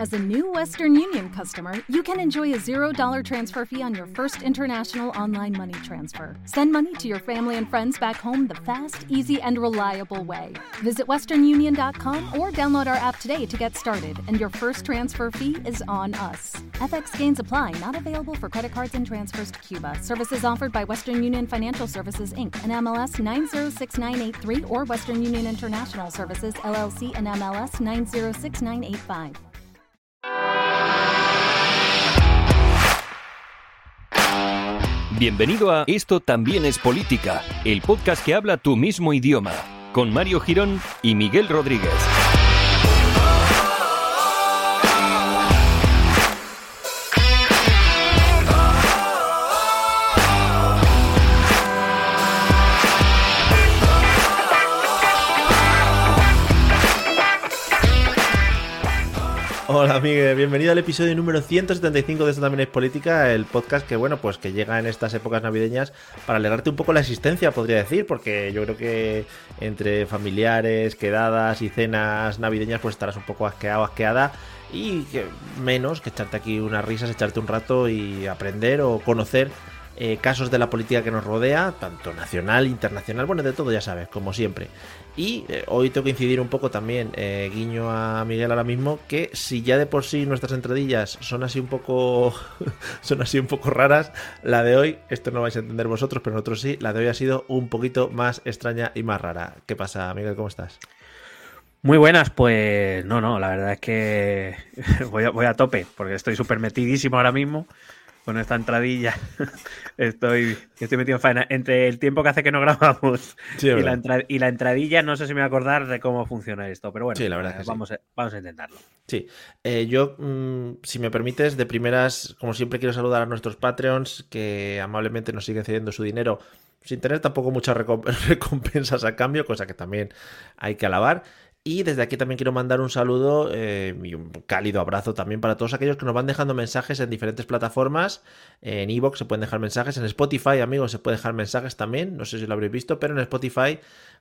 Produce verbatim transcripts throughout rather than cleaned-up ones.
As a new Western Union customer, you can enjoy a zero dollars transfer fee on your first international online money transfer. Send money to your family and friends back home the fast, easy, and reliable way. Visit western union dot com or download our app today to get started, and your first transfer fee is on us. F X gains apply, not available for credit cards and transfers to Cuba. Services offered by Western Union Financial Services, Incorporated, and M L S nine zero six nine eight three or Western Union International Services, L L C, and M L S nine zero six nine eight five. Bienvenido a Esto también es política, el podcast que habla tu mismo idioma, con Mario Girón y Miguel Rodríguez. Hola Miguel, bienvenido al episodio número ciento setenta y cinco de Esto también es política, el podcast que bueno, pues que llega en estas épocas navideñas para alegrarte un poco la existencia, podría decir, porque yo creo que entre familiares, quedadas y cenas navideñas pues estarás un poco asqueado, asqueada y que menos que echarte aquí unas risas, echarte un rato y aprender o conocer eh, casos de la política que nos rodea, tanto nacional, internacional, bueno, de todo ya sabes, como siempre. Y eh, hoy tengo que incidir un poco también, eh, guiño a Miguel ahora mismo, que si ya de por sí nuestras entradillas son así un poco son así un poco raras, la de hoy, esto no vais a entender vosotros, pero nosotros sí, la de hoy ha sido un poquito más extraña y más rara. ¿Qué pasa, Miguel? ¿Cómo estás? Muy buenas, pues no, no, la verdad es que voy a, voy a tope, porque estoy súper metidísimo ahora mismo con esta entradilla. Estoy, estoy metido en faena. Entre el tiempo que hace que no grabamos sí, y, la entra, y la entradilla, no sé si me voy a acordar de cómo funciona esto, pero bueno, sí, la verdad eh, es que vamos, sí. a, vamos a intentarlo. Sí, eh, yo, mmm, si me permites, de primeras, como siempre, quiero saludar a nuestros Patreons que amablemente nos siguen cediendo su dinero sin tener tampoco muchas recompensas a cambio, cosa que también hay que alabar. Y desde aquí también quiero mandar un saludo eh, y un cálido abrazo también para todos aquellos que nos van dejando mensajes en diferentes plataformas. En iVoox se pueden dejar mensajes, en Spotify, amigos, se pueden dejar mensajes también. No sé si lo habréis visto, pero en Spotify,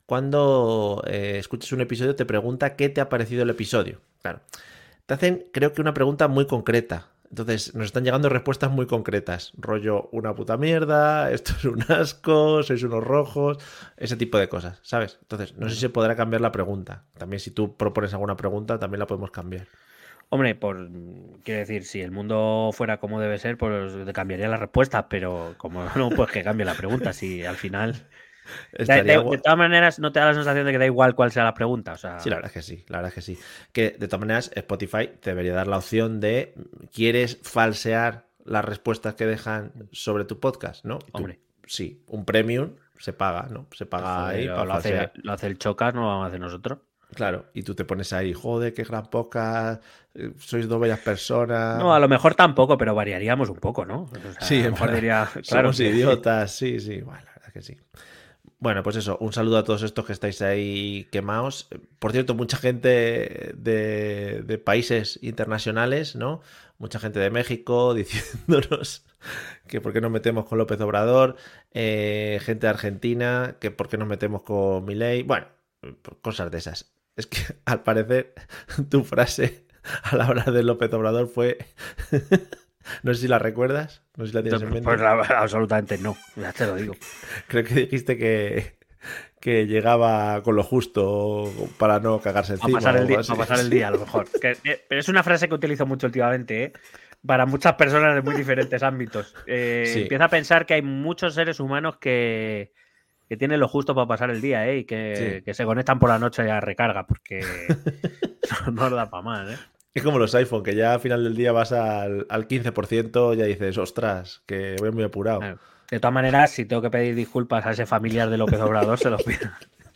cuando eh, escuches un episodio, te pregunta qué te ha parecido el episodio. Claro, te hacen, creo que una pregunta muy concreta. Entonces, nos están llegando respuestas muy concretas. Rollo, una puta mierda, esto es un asco, sois unos rojos, ese tipo de cosas, ¿sabes? Entonces, no sé si se podrá cambiar la pregunta. También si tú propones alguna pregunta, también la podemos cambiar. Hombre, por, quiero decir, si el mundo fuera como debe ser, pues cambiaría la respuesta, pero como no, pues que cambie la pregunta. Si al final... De, de, de todas maneras, ¿no te da la sensación de que da igual cuál sea la pregunta? O sea... Sí, la verdad es que sí, la verdad es que sí. Que de todas maneras, Spotify te debería dar la opción de ¿quieres falsear las respuestas que dejan sobre tu podcast? ¿No? Hombre. Tú, sí, un premium se paga, ¿no? Se paga Joder, ahí para lo falsear. hace, lo hace el Chocas, no lo vamos a hacer nosotros. Claro, y tú te pones ahí, joder, qué gran podcast, sois dos bellas personas. No, a lo mejor tampoco, pero variaríamos un poco, ¿no? O sea, sí, a lo mejor diría, claro, somos idiotas, sí, sí, bueno, la verdad es que sí. Bueno, pues eso, un saludo a todos estos que estáis ahí quemados. Por cierto, mucha gente de, de países internacionales, ¿no? Mucha gente de México diciéndonos que por qué nos metemos con López Obrador, eh, gente de Argentina, que por qué nos metemos con Milei, bueno, cosas de esas. Es que al parecer tu frase a la hora de López Obrador fue... No sé si la recuerdas, no sé si la tienes en mente. Pues absolutamente no, ya te lo digo. Creo que dijiste que, que llegaba con lo justo para no cagarse encima. A pasar el día, a pasar el día a lo mejor. Que, eh, pero es una frase que utilizo mucho últimamente, ¿eh? Para muchas personas de muy diferentes ámbitos. Eh, sí. Empieza a pensar que hay muchos seres humanos que, que tienen lo justo para pasar el día, ¿eh? Y que, sí. que se conectan por la noche a recarga, porque no, no lo da para más, ¿eh? Es como los iPhone, que ya al final del día vas al, al quince por ciento y ya dices, ostras, que voy muy apurado. Claro. De todas maneras, si tengo que pedir disculpas a ese familiar de López Obrador, se los pido.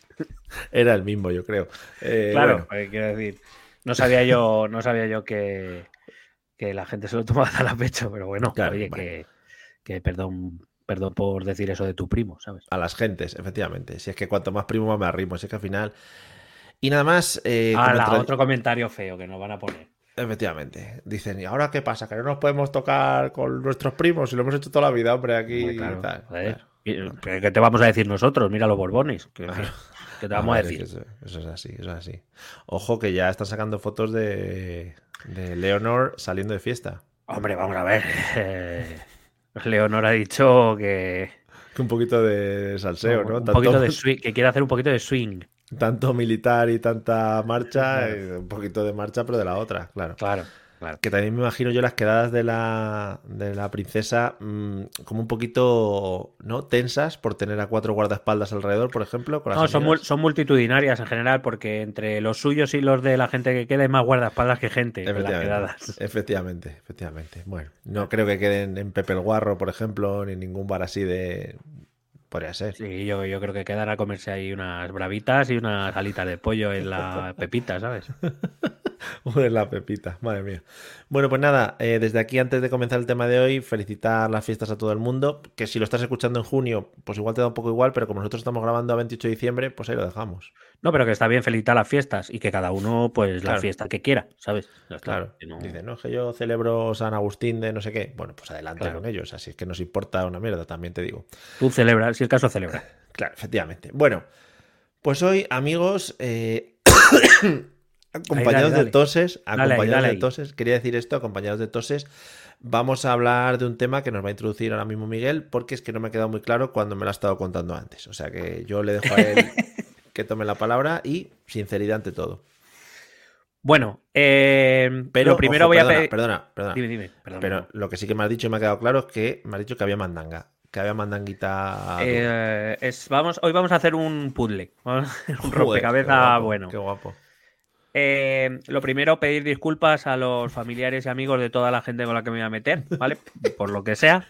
Era el mismo, yo creo. Eh, claro, bueno. Quiero decir, no sabía yo, no sabía yo que, que la gente se lo tomaba tan a pecho, pero bueno, claro, oye, vale. que, que perdón, perdón por decir eso de tu primo, ¿sabes? A las gentes, efectivamente. Si es que cuanto más primo más me arrimo, si es que al final... Y nada más... Eh, ah, la, otro comentario feo que nos van a poner. Efectivamente. Dicen, ¿y ahora qué pasa? ¿Que no nos podemos tocar con nuestros primos? Si lo hemos hecho toda la vida, hombre, aquí hombre, claro, y tal. Joder. Claro. ¿Qué te vamos a decir nosotros? Mira los Borbonis. ¿Qué, claro. ¿qué te vamos ah, a decir? Eso, eso es así, eso es así. Ojo que ya están sacando fotos de, De Leonor saliendo de fiesta. Hombre, vamos a ver. Eh, Leonor ha dicho que... que un poquito de salseo, ¿no? Un Tanto, poquito de swing, que quiere hacer un poquito de swing. Tanto militar y tanta marcha, Claro. y un poquito de marcha, pero de la otra, claro. Claro, claro. Que también me imagino yo las quedadas de la, de la princesa mmm, como un poquito, ¿no? Tensas por tener a cuatro guardaespaldas alrededor, por ejemplo. Con las No, son, amigas. mul- son multitudinarias en general, porque entre los suyos y los de la gente que queda hay más guardaespaldas que gente en las Efectivamente, quedadas. efectivamente, efectivamente. Bueno, no creo que queden en Pepe el Guarro, por ejemplo, ni ningún bar así de... Podría ser. Sí, yo, yo creo que quedan a comerse ahí unas bravitas y unas alitas de pollo en la pepita, ¿sabes? Joder, la pepita, madre mía. Bueno, pues nada, eh, desde aquí, antes de comenzar el tema de hoy, felicitar las fiestas a todo el mundo. Que si lo estás escuchando en junio, pues igual te da un poco igual, pero como nosotros estamos grabando a veintiocho de diciembre, pues ahí lo dejamos. No, pero que está bien felicitar las fiestas y que cada uno, pues, Claro. la fiesta que quiera, ¿sabes? Ya está, Claro, que no- dice, no, es que yo celebro San Agustín de no sé qué. Bueno, pues adelante Claro. con ellos, así es que nos importa una mierda, también te digo. Tú celebras, si el caso celebra. Claro, efectivamente. Bueno, pues hoy, amigos, eh, acompañados Ahí, dale, dale. de toses, Dale ahí, acompañados dale de ahí. toses, quería decir esto, acompañados de toses, vamos a hablar de un tema que nos va a introducir ahora mismo Miguel, porque es que no me ha quedado muy claro cuando me lo ha estado contando antes. O sea que yo le dejo a él que tome la palabra y sinceridad ante todo. Bueno, eh, Pero lo primero ojo, voy perdona, a pedir... perdona, perdona. Dime, dime, perdón. Pero lo que sí que me has dicho y me ha quedado claro es que me has dicho que había mandanga, que había mandanguita. Eh, es, vamos, hoy vamos a hacer un puzzle, vamos a hacer un Joder, rompecabezas qué guapo, bueno. Qué guapo. Eh, lo primero, pedir disculpas a los familiares y amigos de toda la gente con la que me voy a meter, ¿vale? Por lo que sea.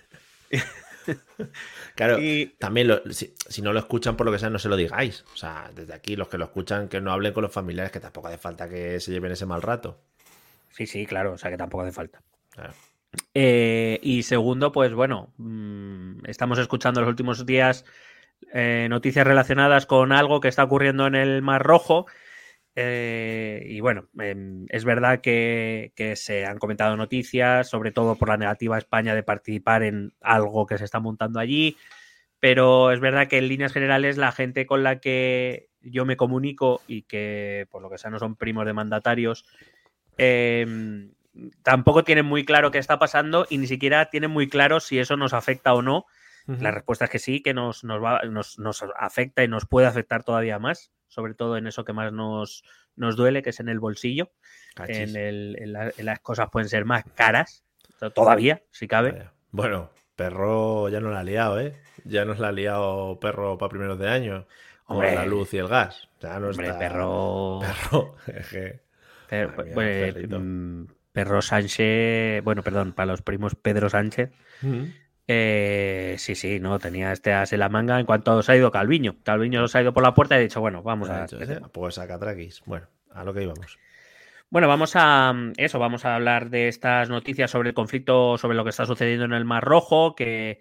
Claro, Y- también lo- si, si no lo escuchan por lo que sea, no se lo digáis. O sea, desde aquí, los que lo escuchan, que no hablen con los familiares, que tampoco hace falta que se lleven ese mal rato. Sí, sí, claro, o sea que tampoco hace falta. Claro. Eh, y segundo, pues bueno, mmm, estamos escuchando en los últimos días eh, noticias relacionadas con algo que está ocurriendo en el Mar Rojo. Eh, y bueno, eh, es verdad que, que se han comentado noticias, sobre todo por la negativa de España de participar en algo que se está montando allí, pero es verdad que en líneas generales la gente con la que yo me comunico y que por lo que sea no son primos de mandatarios, eh, tampoco tienen muy claro qué está pasando y ni siquiera tienen muy claro si eso nos afecta o no. Ujú. La respuesta es que sí, que nos, nos, va, nos, nos afecta y nos puede afectar todavía más, sobre todo en eso que más nos, nos duele, que es en el bolsillo. Cachis. En, el, en, la, en las cosas pueden ser más caras, todavía, si cabe. Vaya. Bueno, Perro ya no la ha liado, ¿eh? Ya nos la ha liado Perro para primeros de año. Con Hombre. la luz y el gas. Ya no Hombre, está... perro. Perro. jeje. Per- Madre mía, pues, perrito. mm, Perro Sánchez. Bueno, perdón, para los primos Pedro Sánchez. Ujú. Eh, sí, sí, no, tenía este as en la manga en cuanto se ha ido Calviño. Calviño se ha ido por la puerta y ha dicho, bueno, vamos Ha a. dicho, ¿eh? Pues saca traquis. Bueno, a lo que íbamos. Bueno, vamos a eso, vamos a hablar de estas noticias sobre el conflicto, sobre lo que está sucediendo en el Mar Rojo, que,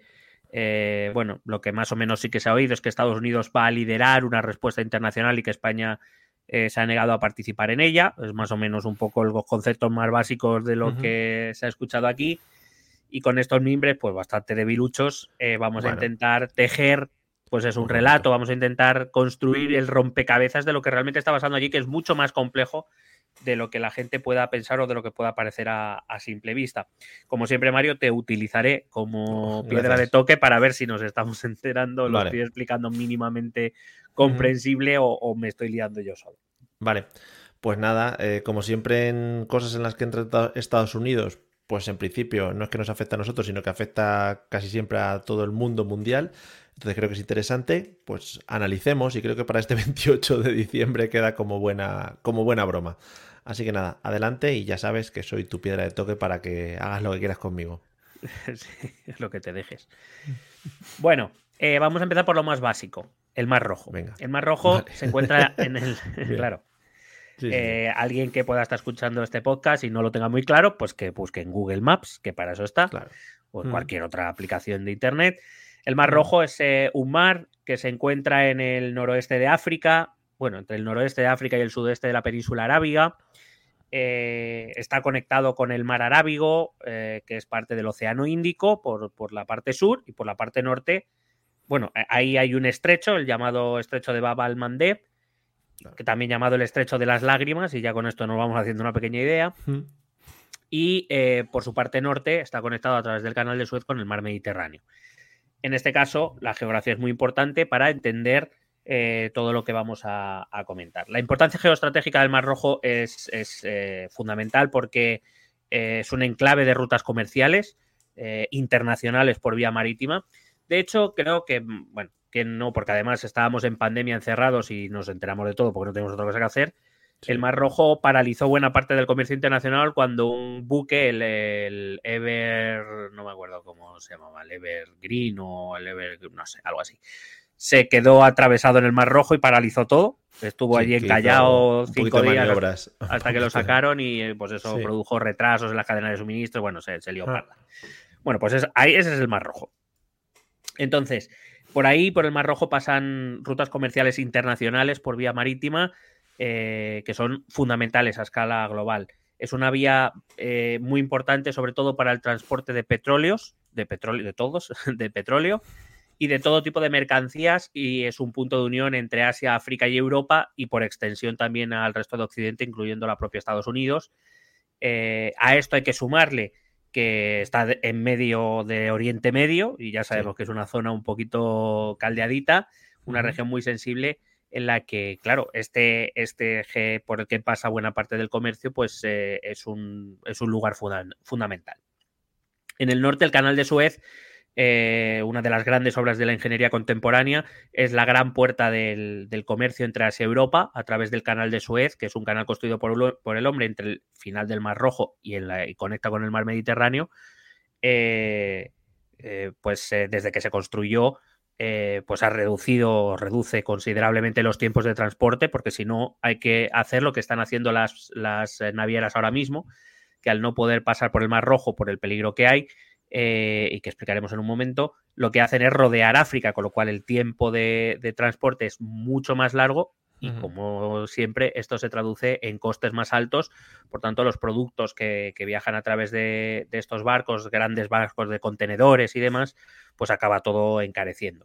eh, bueno, lo que más o menos sí que se ha oído es que Estados Unidos va a liderar una respuesta internacional y que España eh, se ha negado a participar en ella. Es más o menos un poco los conceptos más básicos de lo Ujú. que se ha escuchado aquí. Y con estos mimbres, pues bastante debiluchos, eh, vamos Bueno. a intentar tejer, pues es un Un relato, relato. vamos a intentar construir el rompecabezas de lo que realmente está pasando allí, que es mucho más complejo de lo que la gente pueda pensar o de lo que pueda parecer a, a simple vista. Como siempre, Mario, te utilizaré como Oh, piedra gracias. de toque para ver si nos estamos enterando, lo Vale. estoy explicando mínimamente comprensible o, o me estoy liando yo solo. Vale, pues nada, eh, como siempre en cosas en las que entra ta- Estados Unidos, pues en principio no es que nos afecta a nosotros, sino que afecta casi siempre a todo el mundo mundial. Entonces creo que es interesante, pues analicemos y creo que para este veintiocho de diciembre queda como buena, como buena broma. Así que nada, adelante y ya sabes que soy tu piedra de toque para que hagas lo que quieras conmigo. Sí, es lo que te dejes. Bueno, eh, vamos a empezar por lo más básico, el Mar Rojo. Venga. El Mar Rojo Vale. se encuentra en el... Bien. claro. Sí, sí, Eh, alguien que pueda estar escuchando este podcast y no lo tenga muy claro, pues que busque en Google Maps, que para eso está, claro. o en Mm. cualquier otra aplicación de internet. El Mar Mm. Rojo es eh, un mar que se encuentra en el noroeste de África, bueno, entre el noroeste de África y el sudeste de la península arábiga. Eh, está conectado con el mar Arábigo, eh, que es parte del Océano Índico, por, por la parte sur, y por la parte norte. Bueno, ahí hay un estrecho, el llamado estrecho de Bab al-Mandeb, que también llamado el estrecho de las lágrimas, y ya con esto nos vamos haciendo una pequeña idea. Mm. y eh, por su parte norte está conectado a través del Canal de Suez con el mar Mediterráneo. En este caso, la geografía es muy importante para entender eh, todo lo que vamos a, a comentar. La importancia geoestratégica del Mar Rojo es, es eh, fundamental porque eh, es un enclave de rutas comerciales eh, internacionales por vía marítima. De hecho, creo que, bueno, que no, porque además estábamos en pandemia encerrados y nos enteramos de todo porque no tenemos otra cosa que hacer. Sí. El Mar Rojo paralizó buena parte del comercio internacional cuando un buque, el, el Ever, no me acuerdo cómo se llamaba, el Evergreen o el Ever, no sé, algo así, se quedó atravesado en el Mar Rojo y paralizó todo. Estuvo sí, allí encallado cinco días hasta que lo sacaron y pues eso sí. produjo retrasos en la cadena de suministro. Bueno, se, se lió ah. parda. Bueno, pues es, ahí, ese es el Mar Rojo. Entonces, por ahí, por el Mar Rojo, pasan rutas comerciales internacionales por vía marítima eh, que son fundamentales a escala global. Es una vía eh, muy importante, sobre todo para el transporte de petróleos, de petróleo, de todos, de petróleo y de todo tipo de mercancías, y es un punto de unión entre Asia, África y Europa, y por extensión también al resto de Occidente, incluyendo la propia Estados Unidos. Eh, a esto hay que sumarle que está en medio de Oriente Medio, y ya sabemos sí. que es una zona un poquito caldeadita, una uh-huh. región muy sensible, en la que, claro, este, este eje por el que pasa buena parte del comercio, pues eh, es, un, es un lugar funda- fundamental. En el norte, el Canal de Suez, eh, una de las grandes obras de la ingeniería contemporánea, es la gran puerta del, del comercio entre Asia y Europa a través del Canal de Suez, que es un canal construido por, por el hombre entre el final del Mar Rojo y, en la, y conecta con el mar Mediterráneo. Eh, eh, pues eh, desde que se construyó, Eh, pues ha reducido, reduce considerablemente los tiempos de transporte, porque si no hay que hacer lo que están haciendo las, las navieras ahora mismo, que al no poder pasar por el Mar Rojo por el peligro que hay, eh, y que explicaremos en un momento, lo que hacen es rodear África, con lo cual el tiempo de, de transporte es mucho más largo y uh-huh. como siempre esto se traduce en costes más altos. Por tanto, los productos que, que viajan a través de, de estos barcos, grandes barcos de contenedores y demás, pues acaba todo encareciendo.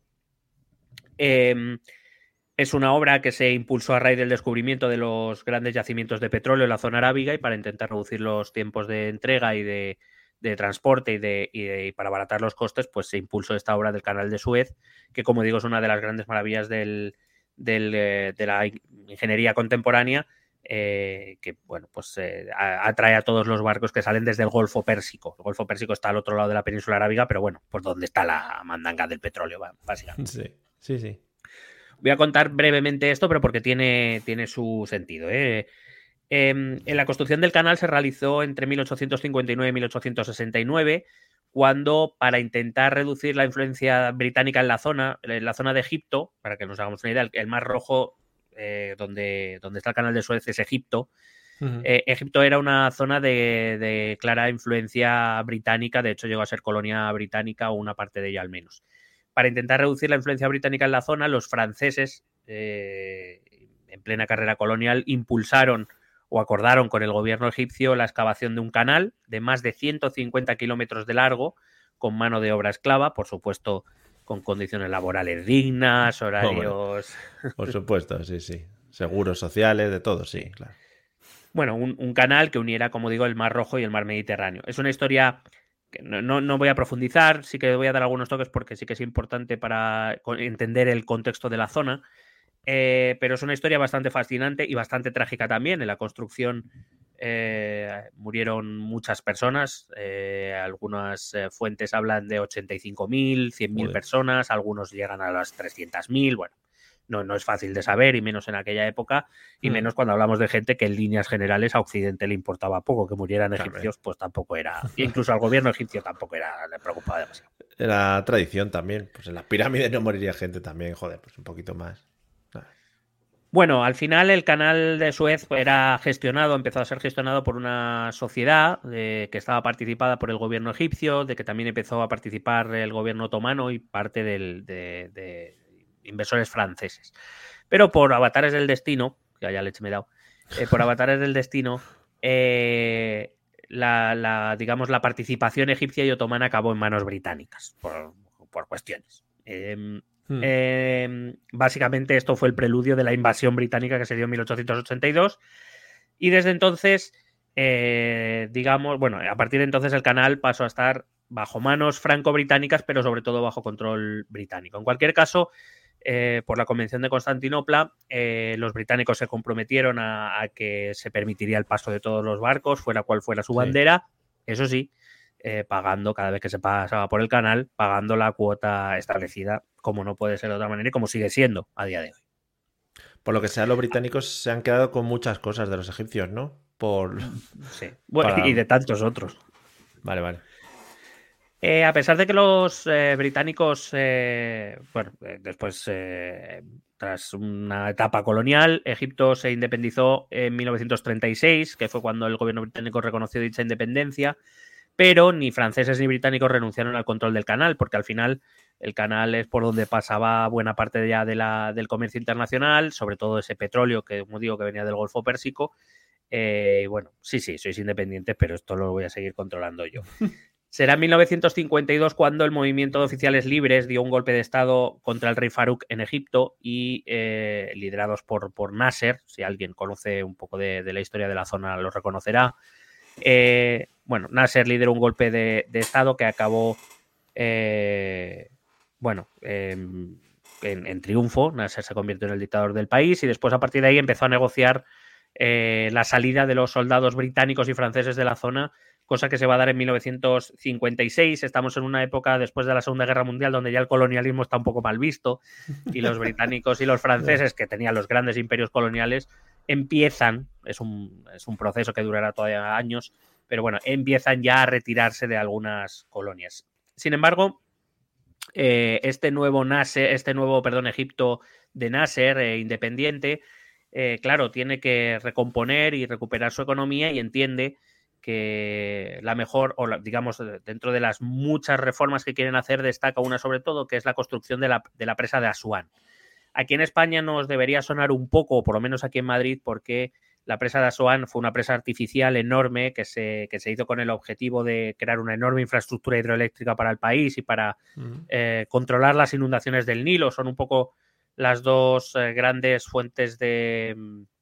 Eh, es una obra que se impulsó a raíz del descubrimiento de los grandes yacimientos de petróleo en la zona arábiga, y para intentar reducir los tiempos de entrega y de, de transporte y, de, y, de, y para abaratar los costes, pues se impulsó esta obra del Canal de Suez, que, como digo, es una de las grandes maravillas del, del, eh, de la ingeniería contemporánea, eh, que bueno, pues eh, atrae a todos los barcos que salen desde el Golfo Pérsico. El Golfo Pérsico está al otro lado de la península arábiga, pero bueno, pues donde está la mandanga del petróleo, básicamente. Sí, sí, sí. Voy a contar brevemente esto, pero porque tiene, tiene su sentido, ¿eh? Eh, en la construcción del canal se realizó entre mil ochocientos cincuenta y nueve y mil ochocientos sesenta y nueve, cuando, para intentar reducir la influencia británica en la zona, en la zona de Egipto, para que nos hagamos una idea, el, el Mar Rojo, eh, donde, donde está el Canal de Suez, es Egipto. Uh-huh. Eh, Egipto era una zona de, de clara influencia británica, de hecho llegó a ser colonia británica, o una parte de ella al menos. Para intentar reducir la influencia británica en la zona, los franceses, eh, en plena carrera colonial, impulsaron o acordaron con el gobierno egipcio la excavación de un canal de más de ciento cincuenta kilómetros de largo, con mano de obra esclava, por supuesto, con condiciones laborales dignas, horarios... Hombre, por supuesto, sí, sí. Seguros sociales, de todo, sí, claro. Bueno, un, un canal que uniera, como digo, el Mar Rojo y el mar Mediterráneo. Es una historia... No, no, no voy a profundizar, sí que voy a dar algunos toques porque sí que es importante para entender el contexto de la zona, eh, pero es una historia bastante fascinante y bastante trágica también. En la construcción eh, murieron muchas personas, eh, algunas eh, fuentes hablan de ochenta y cinco mil, cien mil personas, algunos llegan a las trescientas mil, bueno. No, no es fácil de saber, y menos en aquella época, y mm. menos cuando hablamos de gente que en líneas generales a Occidente le importaba poco. Que murieran egipcios, pues tampoco era, incluso al gobierno egipcio tampoco era, le preocupaba demasiado. Era tradición también, pues en las pirámides no moriría gente también, joder, pues un poquito más. Bueno, al final el Canal de Suez era gestionado, empezó a ser gestionado por una sociedad de, que estaba participada por el gobierno egipcio, de que también empezó a participar el gobierno otomano y parte del, de, de inversores franceses. Pero por avatares del destino, que ya leche me he dado, eh, por avatares del destino, eh, la, la, digamos, la participación egipcia y otomana acabó en manos británicas, por, por cuestiones. Eh, hmm. eh, básicamente esto fue el preludio de la invasión británica que se dio en mil ochocientos ochenta y dos, y desde entonces eh, digamos, bueno, a partir de entonces el canal pasó a estar bajo manos franco-británicas, pero sobre todo bajo control británico. En cualquier caso, eh, por la Convención de Constantinopla, eh, los británicos se comprometieron a, a que se permitiría el paso de todos los barcos, fuera cual fuera su bandera, sí. Eso sí, eh, pagando cada vez que se pasaba por el canal, pagando la cuota establecida, como no puede ser de otra manera y como sigue siendo a día de hoy. Por lo que sea, los británicos se han quedado con muchas cosas de los egipcios, ¿no? Por... Sí, bueno, para... y de tantos otros. Vale, vale. Eh, a pesar de que los eh, británicos, eh, bueno, eh, después, eh, tras una etapa colonial, Egipto se independizó en mil novecientos treinta y seis, que fue cuando el gobierno británico reconoció dicha independencia, pero ni franceses ni británicos renunciaron al control del canal, porque al final el canal es por donde pasaba buena parte ya de la, del comercio internacional, sobre todo ese petróleo que, como digo, que venía del Golfo Pérsico. Eh, bueno, sí, sí, sois independientes, pero esto lo voy a seguir controlando yo. Será en mil novecientos cincuenta y dos cuando el movimiento de oficiales libres dio un golpe de estado contra el rey Farouk en Egipto y eh, liderados por, por Nasser, si alguien conoce un poco de, de la historia de la zona lo reconocerá. Eh, bueno, Nasser lideró un golpe de, de estado que acabó eh, bueno, eh, en, en triunfo. Nasser se convirtió en el dictador del país y después a partir de ahí empezó a negociar eh, la salida de los soldados británicos y franceses de la zona, cosa que se va a dar en mil novecientos cincuenta y seis. Estamos en una época después de la Segunda Guerra Mundial donde ya el colonialismo está un poco mal visto y los británicos y los franceses, que tenían los grandes imperios coloniales, empiezan, es un, es un proceso que durará todavía años, pero bueno, empiezan ya a retirarse de algunas colonias. Sin embargo, eh, este nuevo Nasser, este nuevo, perdón, Egipto de Nasser, eh, independiente, eh, claro, tiene que recomponer y recuperar su economía y entiende que la mejor, o la, digamos, dentro de las muchas reformas que quieren hacer, destaca una sobre todo, que es la construcción de la, de la presa de Asuán. Aquí en España nos debería sonar un poco, o por lo menos aquí en Madrid, porque la presa de Asuán fue una presa artificial enorme que se, que se hizo con el objetivo de crear una enorme infraestructura hidroeléctrica para el país y para uh-huh. eh, controlar las inundaciones del Nilo. Son un poco las dos eh, grandes fuentes de...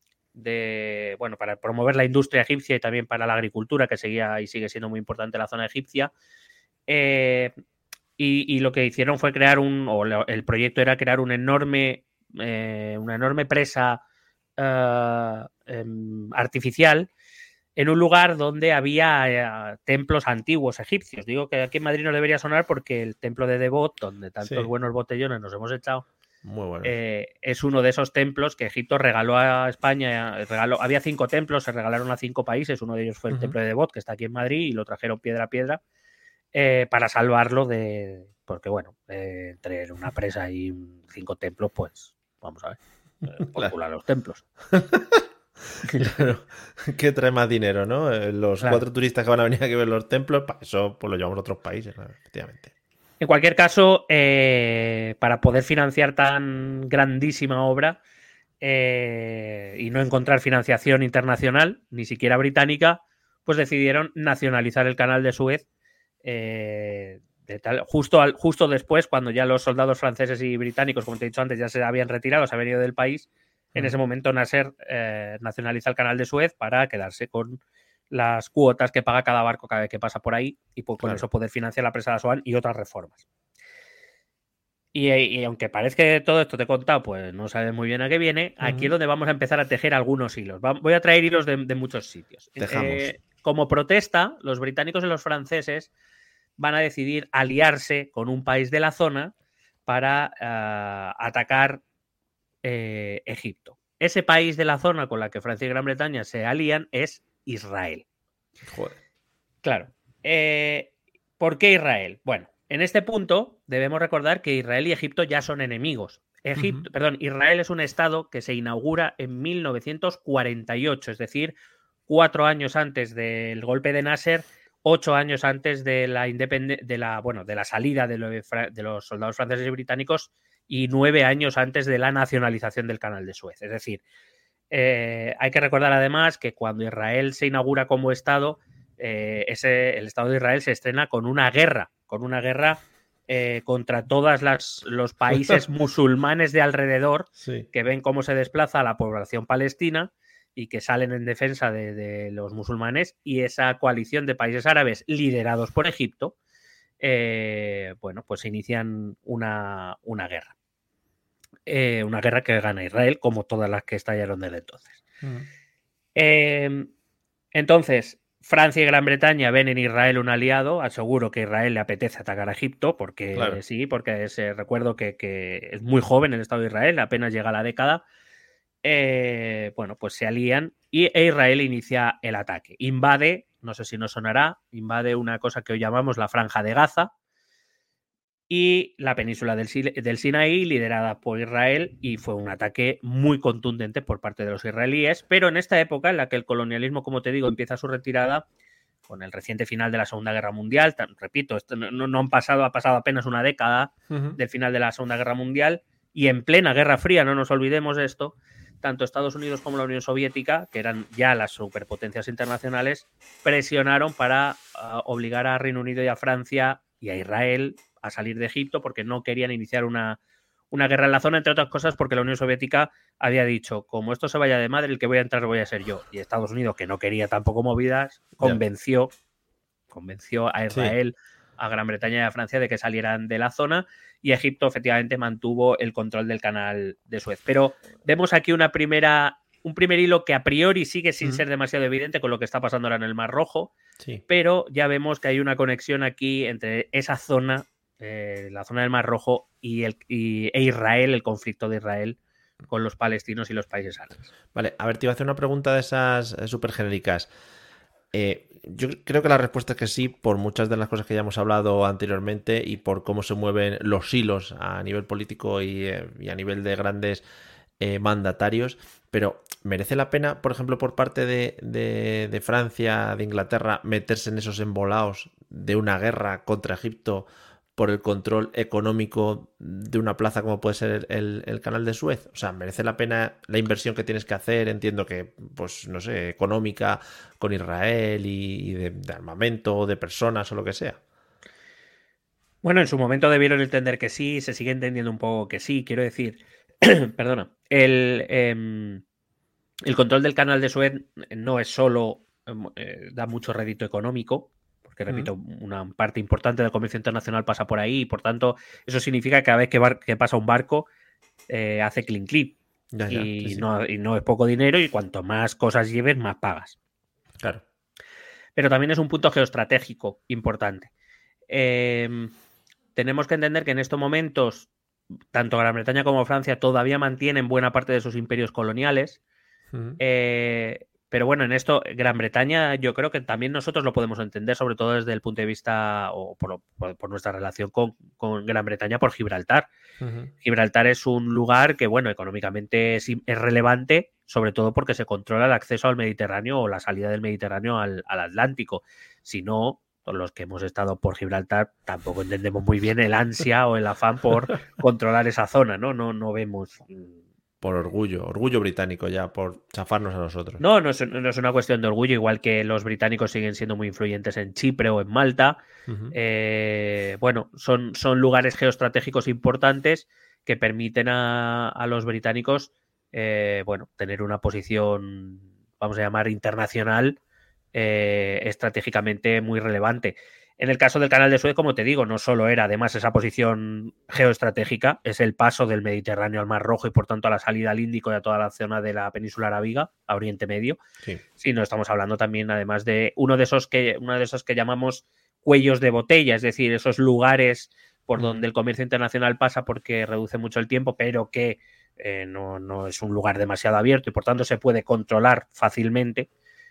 de bueno, para promover la industria egipcia y también para la agricultura, que seguía y sigue siendo muy importante en la zona egipcia. Eh, y, y lo que hicieron fue crear un, o el proyecto era crear un enorme, eh, una enorme presa uh, eh, artificial en un lugar donde había eh, templos antiguos egipcios. Digo que aquí en Madrid no debería sonar porque el templo de Devot, donde tantos sí. buenos botellones nos hemos echado, muy bueno. Eh, es uno de esos templos que Egipto regaló a España. Regaló, había cinco templos, se regalaron a cinco países. Uno de ellos fue el uh-huh. templo de Devot, que está aquí en Madrid, y lo trajeron piedra a piedra eh, para salvarlo de... Porque, bueno, eh, entre una presa y cinco templos, pues, vamos a ver, eh, popular los templos. Claro. ¿Qué trae más dinero, no? Los claro. cuatro turistas que van a venir aquí a ver los templos, para eso pues lo llevamos a otros países, ¿no? Efectivamente. En cualquier caso, eh, para poder financiar tan grandísima obra eh, y no encontrar financiación internacional, ni siquiera británica, pues decidieron nacionalizar el canal de Suez eh, de tal, justo, al, justo después, cuando ya los soldados franceses y británicos, como te he dicho antes, ya se habían retirado, se habían ido del país. En ese momento Nasser eh, nacionaliza el canal de Suez para quedarse con las cuotas que paga cada barco cada vez que pasa por ahí y pues, claro. con eso poder financiar la presa de Asuán y otras reformas. Y, y aunque parezca que todo esto te he contado, pues no sabes muy bien a qué viene, uh-huh. aquí es donde vamos a empezar a tejer algunos hilos. Voy a traer hilos de, de muchos sitios. Eh, como protesta, los británicos y los franceses van a decidir aliarse con un país de la zona para uh, atacar eh, Egipto. Ese país de la zona con la que Francia y Gran Bretaña se alían es Israel. Joder. Claro. Eh, ¿Por qué Israel? Bueno, en este punto debemos recordar que Israel y Egipto ya son enemigos. Egipto, uh-huh. perdón, Israel es un estado que se inaugura en mil novecientos cuarenta y ocho, es decir, cuatro años antes del golpe de Nasser, ocho años antes de la independ- de la, bueno, de la salida de, lo de, de los soldados franceses y británicos y nueve años antes de la nacionalización del canal de Suez. Es decir, Eh, hay que recordar además que cuando Israel se inaugura como Estado, eh, ese, el Estado de Israel se estrena con una guerra, con una guerra eh, contra todos los países musulmanes de alrededor sí. que ven cómo se desplaza la población palestina y que salen en defensa de, de los musulmanes, y esa coalición de países árabes liderados por Egipto, eh, bueno, pues inician una, una guerra. Eh, una guerra que gana Israel, como todas las que estallaron desde entonces. Uh-huh. Eh, entonces, Francia y Gran Bretaña ven en Israel un aliado. Aseguro que a Israel le apetece atacar a Egipto, porque claro. sí, porque es, eh, recuerdo que, que es muy joven el Estado de Israel, apenas llega a la década. Eh, bueno, pues se alían y e Israel inicia el ataque. Invade, no sé si nos sonará, invade una cosa que hoy llamamos la Franja de Gaza y la península del, del Sinaí, liderada por Israel, y fue un ataque muy contundente por parte de los israelíes, pero en esta época en la que el colonialismo, como te digo, empieza su retirada con el reciente final de la Segunda Guerra Mundial. Repito, esto no, no han pasado, ha pasado apenas una década uh-huh. del final de la Segunda Guerra Mundial, y en plena Guerra Fría, no nos olvidemos de esto, tanto Estados Unidos como la Unión Soviética, que eran ya las superpotencias internacionales, presionaron para uh, obligar a Reino Unido y a Francia y a Israel a salir de Egipto, porque no querían iniciar una, una guerra en la zona, entre otras cosas porque la Unión Soviética había dicho, como esto se vaya de madre, el que voy a entrar voy a ser yo. Y Estados Unidos, que no quería tampoco movidas, convenció, yeah. convenció a Israel, sí. a Gran Bretaña y a Francia de que salieran de la zona, y Egipto efectivamente mantuvo el control del canal de Suez. Pero vemos aquí una primera, un primer hilo que a priori sigue sin mm. ser demasiado evidente con lo que está pasando ahora en el Mar Rojo, sí. pero ya vemos que hay una conexión aquí entre esa zona, eh, la zona del Mar Rojo, y, el, y e Israel, el conflicto de Israel con los palestinos y los países árabes. Vale, a ver, te iba a hacer una pregunta de esas eh, súper genéricas. Eh, yo creo que la respuesta es que sí, por muchas de las cosas que ya hemos hablado anteriormente y por cómo se mueven los hilos a nivel político y, eh, y a nivel de grandes eh, mandatarios, pero ¿merece la pena, por ejemplo, por parte de, de, de Francia, de Inglaterra, meterse en esos embolaos de una guerra contra Egipto por el control económico de una plaza como puede ser el, el, el canal de Suez? O sea, ¿merece la pena la inversión que tienes que hacer? Entiendo que, pues, no sé, económica con Israel y, y de, de armamento, de personas o lo que sea. Bueno, en su momento debieron entender que sí, se sigue entendiendo un poco que sí. Quiero decir, perdona, el, eh, el control del canal de Suez no es solo, eh, da mucho rédito económico, que repito, una parte importante del comercio internacional pasa por ahí, y por tanto eso significa que cada vez que, bar- que pasa un barco eh, hace clink clink ya, ya, y, sí, sí. No, y no es poco dinero, y cuanto más cosas lleves, más pagas. Claro. Pero también es un punto geoestratégico importante. Eh, tenemos que entender que en estos momentos tanto Gran Bretaña como Francia todavía mantienen buena parte de sus imperios coloniales. Uh-huh. eh, Pero bueno, en esto, Gran Bretaña, yo creo que también nosotros lo podemos entender, sobre todo desde el punto de vista, o por, por, por nuestra relación con, con Gran Bretaña, por Gibraltar. Uh-huh. Gibraltar es un lugar que, bueno, económicamente es, es relevante, sobre todo porque se controla el acceso al Mediterráneo o la salida del Mediterráneo al, al Atlántico. Si no, los que hemos estado por Gibraltar tampoco entendemos muy bien el ansia o el afán por controlar esa zona, ¿no? No, no vemos... Por orgullo, orgullo británico ya, por chafarnos a nosotros. No, no es, no es una cuestión de orgullo, igual que los británicos siguen siendo muy influyentes en Chipre o en Malta. Uh-huh. Eh, bueno, son, son lugares geoestratégicos importantes que permiten a, a los británicos eh, bueno, tener una posición, vamos a llamar, internacional eh, estratégicamente muy relevante. En el caso del canal de Suez, como te digo, no solo era además esa posición geoestratégica, es el paso del Mediterráneo al Mar Rojo y por tanto a la salida al Índico y a toda la zona de la península arábiga, a Oriente Medio, sí. sino estamos hablando también además de uno de esos que, uno de esos que llamamos cuellos de botella, es decir, esos lugares por mm. donde el comercio internacional pasa porque reduce mucho el tiempo, pero que eh, no, no es un lugar demasiado abierto y por tanto se puede controlar fácilmente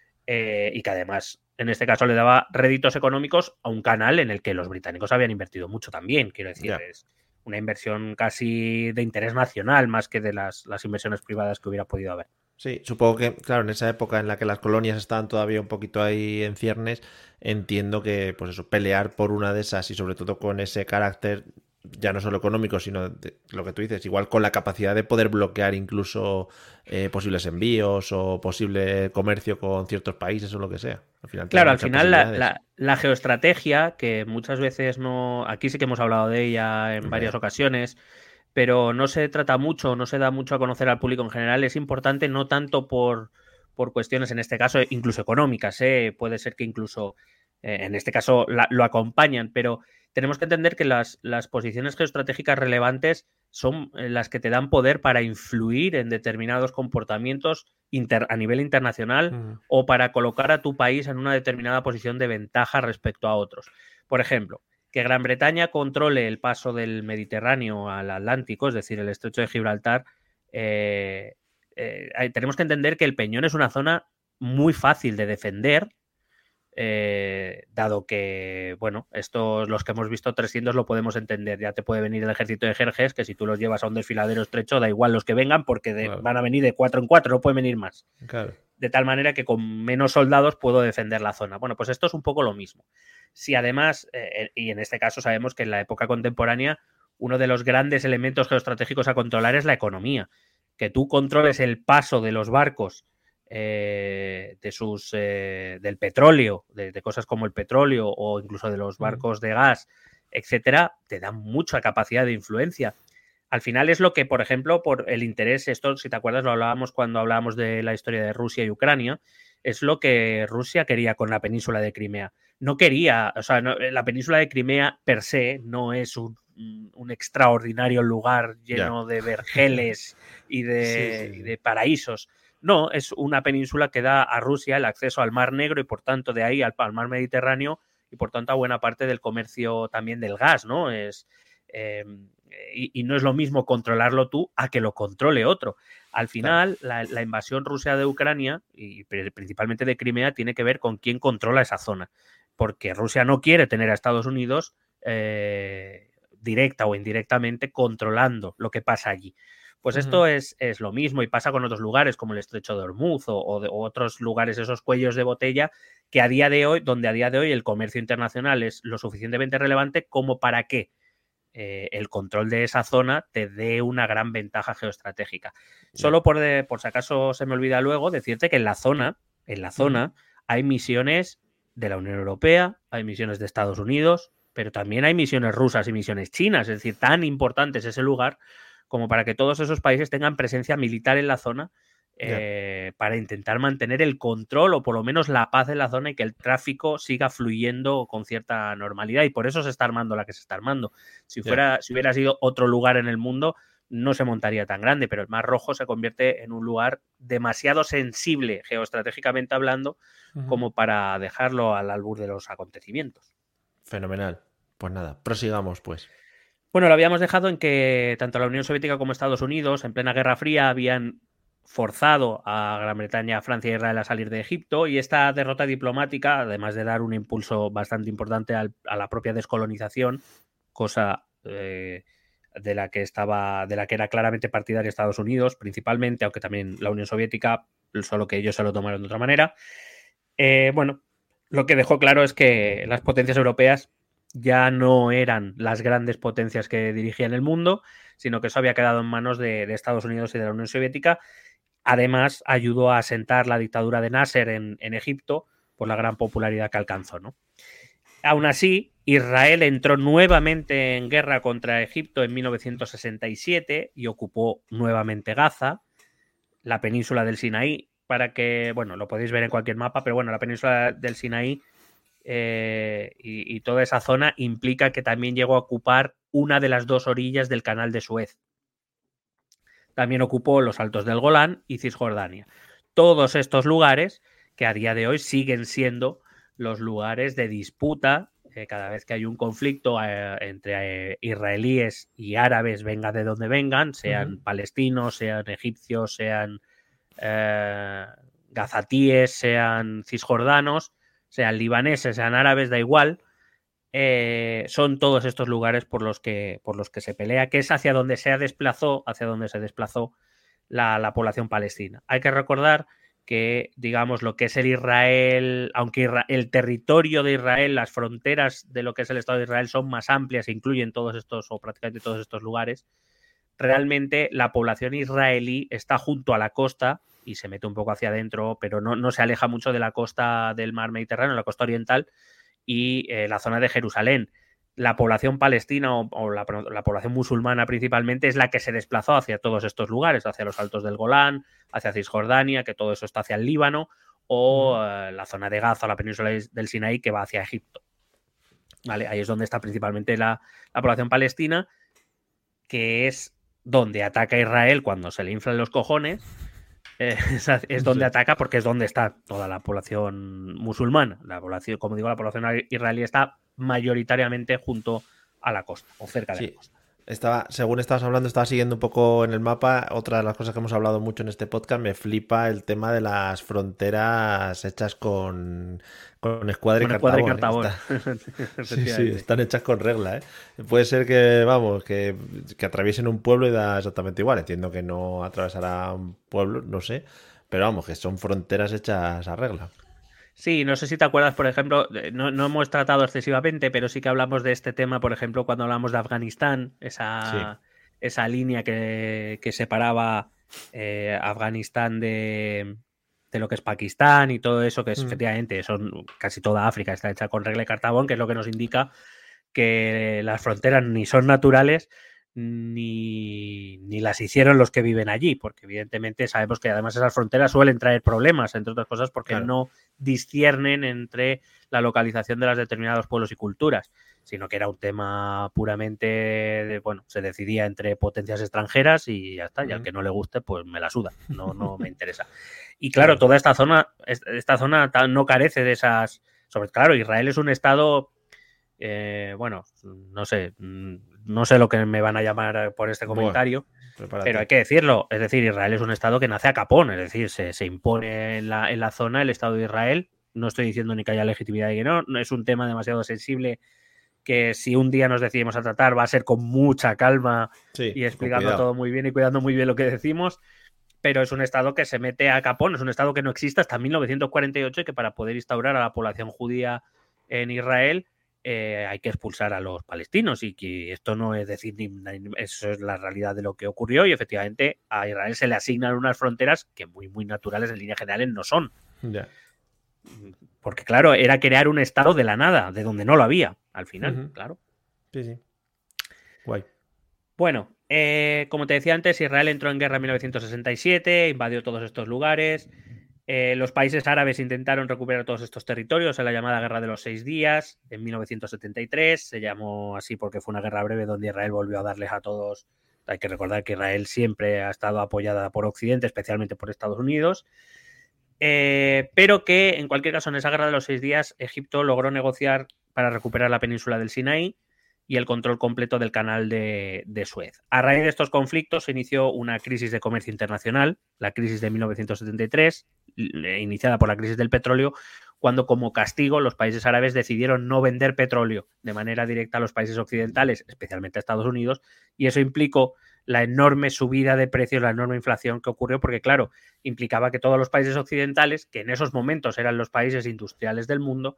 eh, y que además... En este caso le daba réditos económicos a un canal en el que los británicos habían invertido mucho también. Quiero decir, yeah. es una inversión casi de interés nacional más que de las, las inversiones privadas que hubiera podido haber. Sí, supongo que, claro, en esa época en la que las colonias estaban todavía un poquito ahí en ciernes, entiendo que, pues eso, pelear por una de esas y sobre todo con ese carácter ya no solo económico, sino de lo que tú dices, igual con la capacidad de poder bloquear incluso eh, posibles envíos o posible comercio con ciertos países o lo que sea. Al final, claro, al final la, la, la geoestrategia, que muchas veces no... Aquí sí que hemos hablado de ella en varias okay. ocasiones, pero no se trata mucho, no se da mucho a conocer al público en general. Es importante no tanto por... por cuestiones, en este caso, incluso económicas, ¿eh? Puede ser que incluso, eh, en este caso, la, lo acompañan, pero tenemos que entender que las, las posiciones geoestratégicas relevantes son las que te dan poder para influir en determinados comportamientos inter, a nivel internacional mm. o para colocar a tu país en una determinada posición de ventaja respecto a otros. Por ejemplo, que Gran Bretaña controle el paso del Mediterráneo al Atlántico, es decir, el estrecho de Gibraltar, eh, eh, tenemos que entender que el Peñón es una zona muy fácil de defender, Eh, dado que, bueno, estos, los que hemos visto trescientos lo podemos entender. Ya te puede venir el ejército de Jerjes, que si tú los llevas a un desfiladero estrecho, da igual los que vengan, porque de, claro. van a venir de cuatro en cuatro, no pueden venir más. Claro. De tal manera que con menos soldados puedo defender la zona. Bueno, pues esto es un poco lo mismo. Si además, eh, y en este caso sabemos que en la época contemporánea, uno de los grandes elementos geoestratégicos a controlar es la economía. Que tú controles el paso de los barcos Eh, de sus eh, del petróleo, de, de cosas como el petróleo o incluso de los barcos de gas, etcétera, te dan mucha capacidad de influencia. Al final es lo que, por ejemplo, por el interés, esto, si te acuerdas, lo hablábamos cuando hablábamos de la historia de Rusia y Ucrania, es lo que Rusia quería con la península de Crimea. No quería, o sea, no, la península de Crimea per se no es un, un extraordinario lugar lleno yeah. de vergeles y de, sí, sí. y de paraísos. No, es una península que da a Rusia el acceso al Mar Negro y, por tanto, de ahí al, al Mar Mediterráneo y, por tanto, a buena parte del comercio también del gas, ¿no? Es, eh, y, y no es lo mismo controlarlo tú a que lo controle otro. Al final, claro. la, la invasión rusa de Ucrania y principalmente de Crimea tiene que ver con quién controla esa zona, porque Rusia no quiere tener a Estados Unidos eh, directa o indirectamente controlando lo que pasa allí. Pues esto uh-huh. es, es lo mismo y pasa con otros lugares como el Estrecho de Hormuz o, o, de, o otros lugares, esos cuellos de botella que a día de hoy, donde a día de hoy el comercio internacional es lo suficientemente relevante como para que eh, el control de esa zona te dé una gran ventaja geoestratégica. Yeah. Solo por, de, por si acaso se me olvida luego decirte que en la zona, en la zona uh-huh. hay misiones de la Unión Europea, hay misiones de Estados Unidos, pero también hay misiones rusas y misiones chinas, es decir, tan importante es ese lugar como para que todos esos países tengan presencia militar en la zona eh, yeah. para intentar mantener el control o por lo menos la paz en la zona y que el tráfico siga fluyendo con cierta normalidad, y por eso se está armando la que se está armando. Si fuera, yeah. si hubiera sido otro lugar en el mundo, no se montaría tan grande, pero el Mar Rojo se convierte en un lugar demasiado sensible geoestratégicamente hablando uh-huh. como para dejarlo al albur de los acontecimientos. Fenomenal. Pues nada, prosigamos pues. Bueno, lo habíamos dejado en que tanto la Unión Soviética como Estados Unidos, en plena Guerra Fría, habían forzado a Gran Bretaña, Francia e Israel a salir de Egipto, y esta derrota diplomática, además de dar un impulso bastante importante al, a la propia descolonización, cosa eh, de la que estaba, de la que era claramente partidaria Estados Unidos, principalmente, aunque también la Unión Soviética, solo que ellos se lo tomaron de otra manera. Eh, bueno, lo que dejó claro es que las potencias europeas ya no eran las grandes potencias que dirigían el mundo, sino que eso había quedado en manos de, de Estados Unidos y de la Unión Soviética. Además, ayudó a asentar la dictadura de Nasser en, en Egipto por la gran popularidad que alcanzó, ¿no? Aún así, Israel entró nuevamente en guerra contra Egipto en mil novecientos sesenta y siete y ocupó nuevamente Gaza, la península del Sinaí, para que, bueno, lo podéis ver en cualquier mapa, pero bueno, la península del Sinaí Eh, y, y toda esa zona implica que también llegó a ocupar una de las dos orillas del canal de Suez. También ocupó los Altos del Golán y Cisjordania. Todos estos lugares que a día de hoy siguen siendo los lugares de disputa eh, cada vez que hay un conflicto eh, entre eh, israelíes y árabes, venga de donde vengan, sean uh-huh. palestinos, sean egipcios, sean eh, gazatíes, sean cisjordanos, sean libaneses, sean árabes, da igual, eh, son todos estos lugares por los que por los que se pelea, que es hacia donde se desplazó, hacia donde se desplazó la, la población palestina. Hay que recordar que, digamos, lo que es el Israel, aunque Israel, el territorio de Israel, las fronteras de lo que es el Estado de Israel son más amplias e incluyen todos estos, o prácticamente todos estos lugares, realmente la población israelí está junto a la costa y se mete un poco hacia adentro, pero no, no se aleja mucho de la costa del mar Mediterráneo, la costa oriental y eh, la zona de Jerusalén. la población palestina o, o la, la población musulmana principalmente es la que se desplazó hacia todos estos lugares, hacia los altos del Golán, hacia Cisjordania, que todo eso está hacia el Líbano, o uh, la zona de Gaza, la península del Sinaí, que va hacia Egipto. ¿Vale? Ahí es donde está principalmente la, la población palestina, que es donde ataca Israel cuando se le inflan los cojones. Eh, es, es donde sí. ataca porque es donde está toda la población musulmana. La población, como digo, la población israelí está mayoritariamente junto a la costa o cerca de sí. la costa. Estaba, según estabas hablando, estaba siguiendo un poco en el mapa. Otra de las cosas que hemos hablado mucho en este podcast, me flipa el tema de las fronteras hechas con, con escuadra y cartabón. Y cartabón. Está... sí, sí, están hechas con regla, ¿eh? Puede ser que, vamos, que, que atraviesen un pueblo y da exactamente igual. Entiendo que no atravesará un pueblo, no sé, pero vamos, que son fronteras hechas a regla. Sí, no sé si te acuerdas, por ejemplo, no, no hemos tratado excesivamente, pero sí que hablamos de este tema, por ejemplo, cuando hablamos de Afganistán, esa, sí. esa línea que, que separaba eh, Afganistán de, de lo que es Pakistán y todo eso, que es mm. efectivamente, son casi toda África está hecha con regla y cartabón, que es lo que nos indica que las fronteras ni son naturales, Ni, ni las hicieron los que viven allí, porque evidentemente sabemos que además esas fronteras suelen traer problemas, entre otras cosas porque claro. no disciernen entre la localización de los determinados pueblos y culturas, sino que era un tema puramente, de, bueno, se decidía entre potencias extranjeras y ya está, uh-huh. y al que no le guste, pues me la suda, no, no me interesa. Y claro, toda esta zona, esta zona no carece de esas, sobre claro, Israel es un estado, eh, bueno, no sé, no sé lo que me van a llamar por este comentario, bueno, pero hay que decirlo, es decir, Israel es un estado que nace a capón, es decir, se, se impone en la, en la zona el Estado de Israel. No estoy diciendo ni que haya legitimidad y que no, no es un tema demasiado sensible que si un día nos decidimos a tratar va a ser con mucha calma sí, y explicando todo muy bien y cuidando muy bien lo que decimos, pero es un estado que se mete a capón, es un estado que no existe hasta mil novecientos cuarenta y ocho y que para poder instaurar a la población judía en Israel Eh, hay que expulsar a los palestinos y que esto no es decir, ni, ni, eso es la realidad de lo que ocurrió y efectivamente a Israel se le asignan unas fronteras que muy muy naturales en líneas generales no son. Yeah. Porque claro, era crear un estado de la nada, de donde no lo había, al final, uh-huh. claro. Sí, sí. Guay. Bueno, eh, como te decía antes, Israel entró en guerra en mil novecientos sesenta y siete, invadió todos estos lugares. Eh, los países árabes intentaron recuperar todos estos territorios en la llamada Guerra de los Seis Días en mil novecientos setenta y tres. Se llamó así porque fue una guerra breve donde Israel volvió a darles a todos. Hay que recordar que Israel siempre ha estado apoyada por Occidente, especialmente por Estados Unidos. Eh, pero que, en cualquier caso, en esa Guerra de los Seis Días, Egipto logró negociar para recuperar la península del Sinaí y el control completo del canal de, de Suez. A raíz de estos conflictos se inició una crisis de comercio internacional, la crisis de mil novecientos setenta y tres, iniciada por la crisis del petróleo, cuando como castigo los países árabes decidieron no vender petróleo de manera directa a los países occidentales, especialmente a Estados Unidos, y eso implicó la enorme subida de precios, la enorme inflación que ocurrió, porque claro, implicaba que todos los países occidentales, que en esos momentos eran los países industriales del mundo,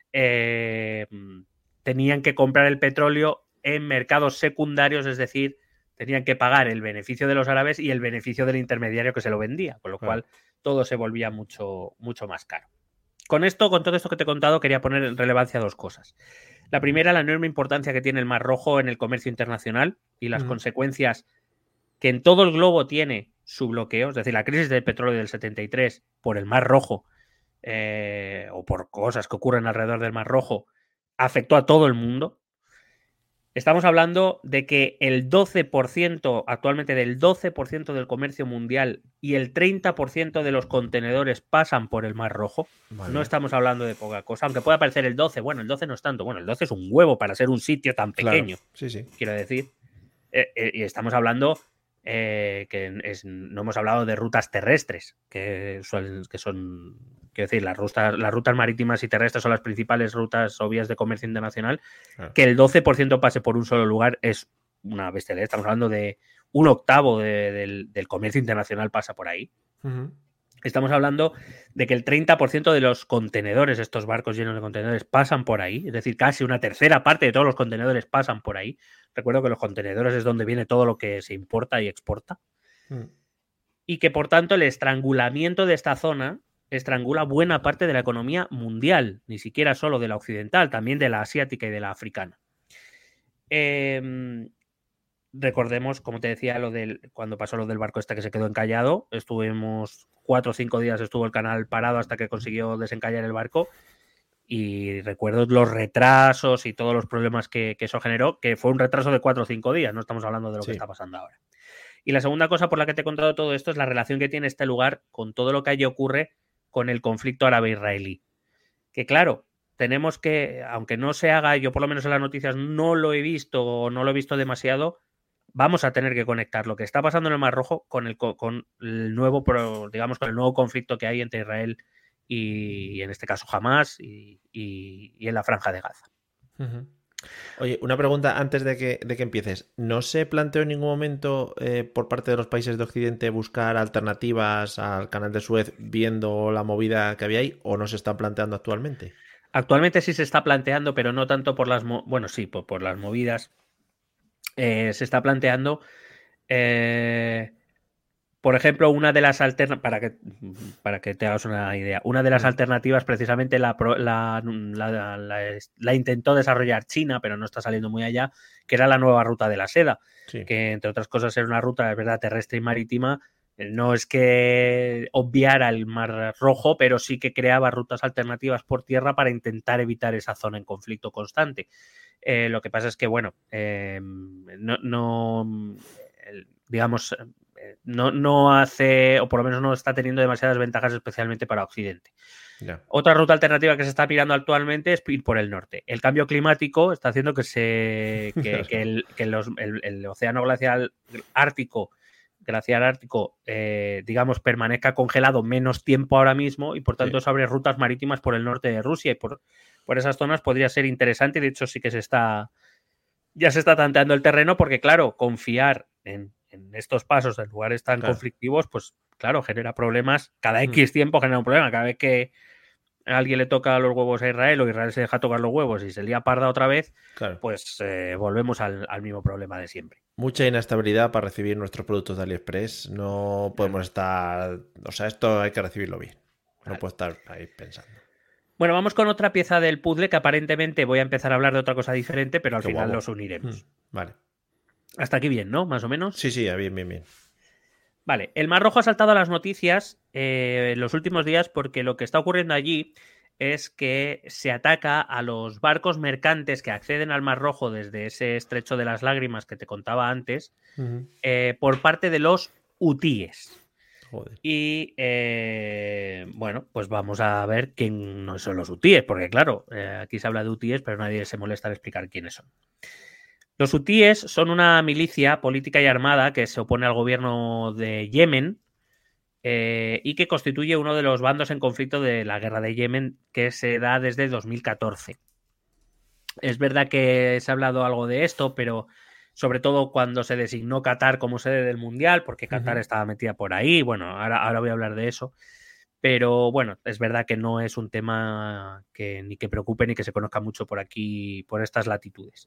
eh, tenían que comprar el petróleo en mercados secundarios, es decir, tenían que pagar el beneficio de los árabes y el beneficio del intermediario que se lo vendía, con lo cual todo se volvía mucho, mucho más caro. Con esto, con todo esto que te he contado, quería poner en relevancia dos cosas. La primera, la enorme importancia que tiene el Mar Rojo en el comercio internacional y las mm. consecuencias que en todo el globo tiene su bloqueo, es decir, la crisis del petróleo del setenta y tres por el Mar Rojo eh, o por cosas que ocurren alrededor del Mar Rojo, afectó a todo el mundo. Estamos hablando de que el doce por ciento, actualmente del doce por ciento del comercio mundial y el treinta por ciento de los contenedores pasan por el Mar Rojo. Vale. No estamos hablando de poca cosa, aunque pueda parecer el doce. Bueno, el doce no es tanto. Bueno, el doce es un huevo para ser un sitio tan pequeño. Claro. Sí, sí. Quiero decir. Eh, eh, y estamos hablando eh, que es, no hemos hablado de rutas terrestres, que son... Que son Quiero decir, las rutas, las rutas marítimas y terrestres son las principales rutas o vías de comercio internacional. Claro. Que el doce por ciento pase por un solo lugar es una bestialidad. Estamos hablando de un octavo de, del, del comercio internacional pasa por ahí. Uh-huh. Estamos hablando de que el treinta por ciento de los contenedores, estos barcos llenos de contenedores, pasan por ahí. Es decir, casi una tercera parte de todos los contenedores pasan por ahí. Recuerdo que los contenedores es donde viene todo lo que se importa y exporta. Uh-huh. Y que, por tanto, el estrangulamiento de esta zona estrangula buena parte de la economía mundial, ni siquiera solo de la occidental, también de la asiática y de la africana. Eh, recordemos, como te decía, lo del cuando pasó lo del barco este que se quedó encallado. Estuvimos cuatro o cinco días, estuvo el canal parado hasta que consiguió desencallar el barco. Y recuerdo los retrasos y todos los problemas que, que eso generó, que fue un retraso de cuatro o cinco días, no estamos hablando de lo sí. que está pasando ahora. Y la segunda cosa por la que te he contado todo esto es la relación que tiene este lugar con todo lo que allí ocurre con el conflicto árabe-israelí. Que claro, tenemos que, aunque no se haga, yo por lo menos en las noticias no lo he visto o no lo he visto demasiado, vamos a tener que conectar lo que está pasando en el Mar Rojo con el, con el nuevo, digamos, con el nuevo conflicto que hay entre Israel y en este caso Hamás y, y, y en la Franja de Gaza. Uh-huh. Oye, una pregunta antes de que, de que empieces. ¿No se planteó en ningún momento eh, por parte de los países de Occidente buscar alternativas al canal de Suez viendo la movida que había ahí o no se está planteando actualmente? Actualmente sí se está planteando, pero no tanto por las... Mo- bueno, sí, por, por las movidas. Eh, se está planteando... Eh, Por ejemplo, una de las alternativas, para que, para que te hagas una idea, una de las alternativas precisamente la, la, la, la, la intentó desarrollar China, pero no está saliendo muy allá, que era la nueva ruta de la seda, sí. que entre otras cosas era una ruta de verdad terrestre y marítima. No es que obviara el Mar Rojo, pero sí que creaba rutas alternativas por tierra para intentar evitar esa zona en conflicto constante. Eh, lo que pasa es que, bueno, eh, no, no digamos... No, no hace, o por lo menos no está teniendo demasiadas ventajas, especialmente para Occidente. Yeah. Otra ruta alternativa que se está pirando actualmente es ir por el norte. El cambio climático está haciendo que, se, que, que, el, que los, el, el océano glacial ártico, glaciar ártico, eh, digamos, permanezca congelado menos tiempo ahora mismo y por tanto sí. se abren rutas marítimas por el norte de Rusia y por, por esas zonas podría ser interesante. De hecho, sí que se está, ya se está tanteando el terreno porque, claro, confiar en en estos pasos en lugares tan claro. conflictivos, pues claro, genera problemas. Cada X tiempo genera un problema. Cada vez que a alguien le toca los huevos a Israel o Israel se deja tocar los huevos y se lía parda otra vez, claro. pues eh, volvemos al, al mismo problema de siempre. Mucha inestabilidad para recibir nuestros productos de AliExpress. No podemos estar... O sea, esto hay que recibirlo bien. No vale. puedo estar ahí pensando. Bueno, vamos con otra pieza del puzzle que aparentemente voy a empezar a hablar de otra cosa diferente, pero al Qué final guapo. los uniremos. Mm, vale. Hasta aquí bien, ¿no? Más o menos. Sí, sí, bien, bien, bien. Vale, el Mar Rojo ha saltado a las noticias eh, en los últimos días porque lo que está ocurriendo allí es que se ataca a los barcos mercantes que acceden al Mar Rojo desde ese estrecho de las lágrimas que te contaba antes uh-huh. eh, por parte de los hutíes. Joder. Y eh, bueno, pues vamos a ver quién no son los hutíes, porque claro, eh, aquí se habla de hutíes, pero nadie se molesta en explicar quiénes son. Los hutíes son una milicia política y armada que se opone al gobierno de Yemen eh, y que constituye uno de los bandos en conflicto de la guerra de Yemen que se da desde dos mil catorce. Es verdad que se ha hablado algo de esto, pero sobre todo cuando se designó Qatar como sede del Mundial, porque Qatar uh-huh. estaba metida por ahí. Bueno, ahora, ahora voy a hablar de eso. Pero bueno, es verdad que no es un tema que ni que preocupe ni que se conozca mucho por aquí, por estas latitudes.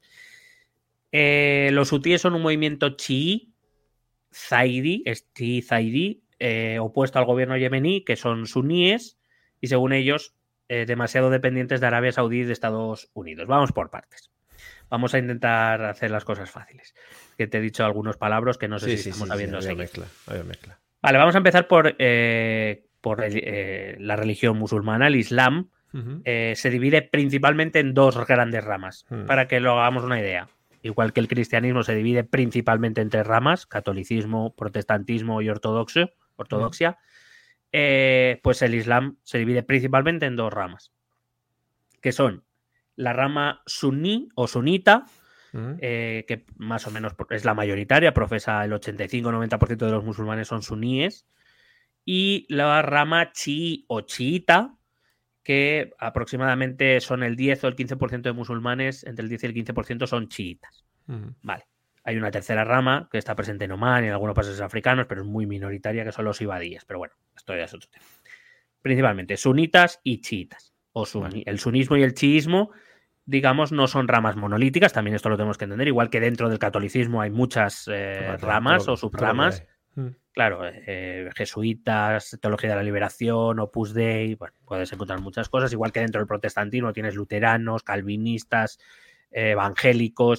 Eh, los hutíes son un movimiento chií, zaidí, es chií zaidí, eh, opuesto al gobierno yemení, que son suníes y según ellos eh, demasiado dependientes de Arabia Saudí y de Estados Unidos. Vamos por partes. Vamos a intentar hacer las cosas fáciles. Que te he dicho algunos palabras que no sé sí, si sí, estamos sí, sabiendo sí, seguir. Mezcla, había mezcla. Vale, vamos a empezar por, eh, por eh, la religión musulmana, el Islam. Uh-huh. Eh, se divide principalmente en dos grandes ramas, uh-huh. para que lo hagamos una idea. Igual que el cristianismo se divide principalmente en tres ramas, catolicismo, protestantismo y ortodoxo, ortodoxia, uh-huh. eh, pues el Islam se divide principalmente en dos ramas, que son la rama suní o sunita, uh-huh. eh, que más o menos es la mayoritaria, profesa el ochenta y cinco a noventa por ciento de los musulmanes son suníes, y la rama chií o chiita, que aproximadamente son el diez o el quince por ciento de musulmanes, entre el diez y el quince por ciento son chiitas. Uh-huh. Vale. Hay una tercera rama que está presente en Omán y en algunos países africanos, pero es muy minoritaria, que son los ibadíes. Pero bueno, esto ya es otro tema. Principalmente sunitas y chiitas. O suni. Vale. El sunismo y el chiismo, digamos, no son ramas monolíticas, también esto lo tenemos que entender, igual que dentro del catolicismo hay muchas eh, vale, ramas todo, o subramas. Claro, eh, jesuitas, teología de la liberación, Opus Dei, bueno, puedes encontrar muchas cosas, igual que dentro del protestantismo tienes luteranos, calvinistas, eh, evangélicos, bueno,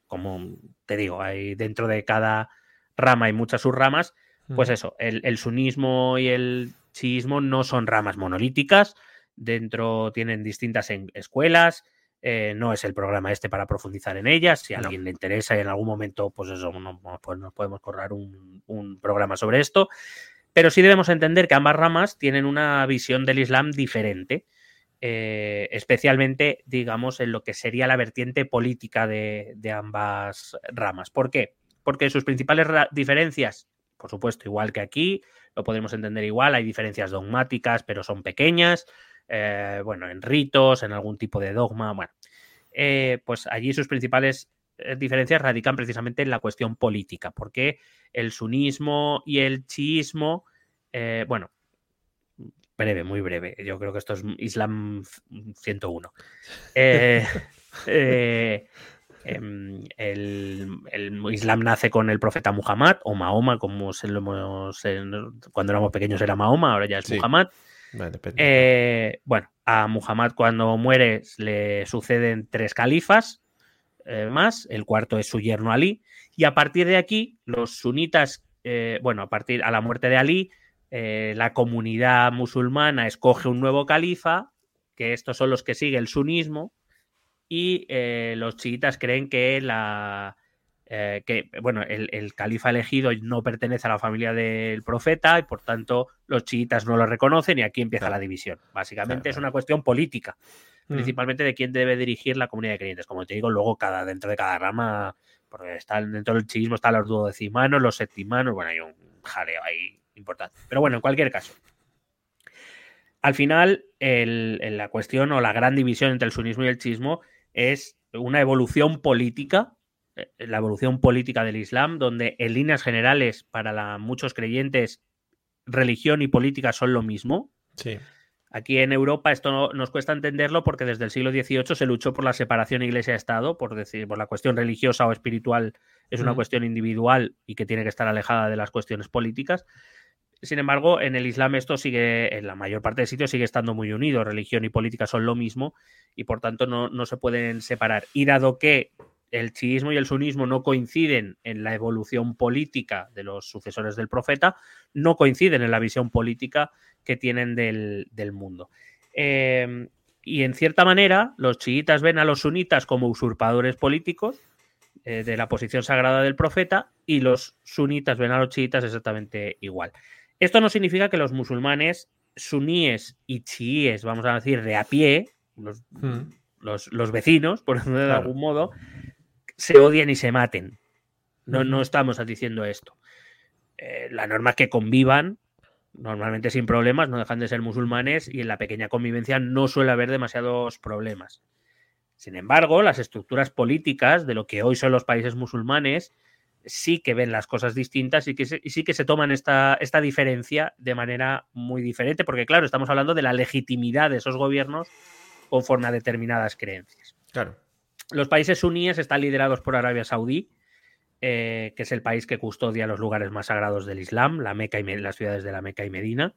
como te digo, hay dentro de cada rama hay muchas subramas, pues eso, el, el sunismo y el chiismo no son ramas monolíticas, dentro tienen distintas en, escuelas, eh, no es el programa este para profundizar en ellas, si a alguien no. le interesa y en algún momento, pues eso, no, pues nos podemos correr un, un programa sobre esto, pero sí debemos entender que ambas ramas tienen una visión del Islam diferente, eh, especialmente, digamos, en lo que sería la vertiente política de, de ambas ramas. ¿Por qué? Porque sus principales diferencias, por supuesto, igual que aquí, lo podemos entender igual, hay diferencias dogmáticas, pero son pequeñas, eh, bueno, en ritos, en algún tipo de dogma, bueno, eh, pues allí sus principales diferencias radican precisamente en la cuestión política, porque el sunismo y el chiismo, eh, bueno, breve, muy breve, yo creo que esto es Islam ciento uno. Eh, eh, El, el Islam nace con el profeta Muhammad, o Mahoma, como se lo hemos, cuando éramos pequeños era Mahoma, ahora ya es sí. Muhammad. Vale, eh, bueno, a Muhammad cuando muere le suceden tres califas eh, más, el cuarto es su yerno Ali, y a partir de aquí los sunitas, eh, bueno, a partir a la muerte de Ali, eh, la comunidad musulmana escoge un nuevo califa, que estos son los que sigue el sunismo, y eh, los chiitas creen que la eh, que bueno el, el califa elegido no pertenece a la familia del profeta y por tanto los chiitas no lo reconocen y aquí empieza claro. la división. Básicamente claro, es una cuestión política, mm. principalmente de quién debe dirigir la comunidad de creyentes. Como te digo, luego cada dentro de cada rama, porque está dentro del chiismo están los duodecimanos, los septimanos, bueno, hay un jaleo ahí importante. Pero bueno, en cualquier caso, al final el, el, la cuestión o la gran división entre el sunismo y el chiismo es una evolución política, la evolución política del Islam, donde en líneas generales para la, muchos creyentes religión y política son lo mismo. Sí. Aquí en Europa esto no, nos cuesta entenderlo porque desde el siglo dieciocho se luchó por la separación Iglesia-Estado, por decir, por la cuestión religiosa o espiritual es una mm. cuestión individual y que tiene que estar alejada de las cuestiones políticas. Sin embargo, en el Islam esto sigue, en la mayor parte de sitios sigue estando muy unido, religión y política son lo mismo y por tanto no, no se pueden separar. Y dado que el chiismo y el sunismo no coinciden en la evolución política de los sucesores del profeta, no coinciden en la visión política que tienen del, del mundo. Eh, y en cierta manera, los chiitas ven a los sunitas como usurpadores políticos eh, de la posición sagrada del profeta y los sunitas ven a los chiitas exactamente igual. Esto no significa que los musulmanes suníes y chiíes, vamos a decir, de a pie, los, mm. los, los vecinos, por decirlo de claro. algún modo, se odien y se maten. No, no estamos diciendo esto. Eh, la norma es que convivan, normalmente sin problemas, no dejan de ser musulmanes y en la pequeña convivencia no suele haber demasiados problemas. Sin embargo, las estructuras políticas de lo que hoy son los países musulmanes sí que ven las cosas distintas y, que se, y sí que se toman esta, esta diferencia de manera muy diferente, porque claro, estamos hablando de la legitimidad de esos gobiernos conforme a determinadas creencias. Claro. Los países suníes están liderados por Arabia Saudí, eh, que es el país que custodia los lugares más sagrados del Islam, la Meca y las ciudades de la Meca y Medina,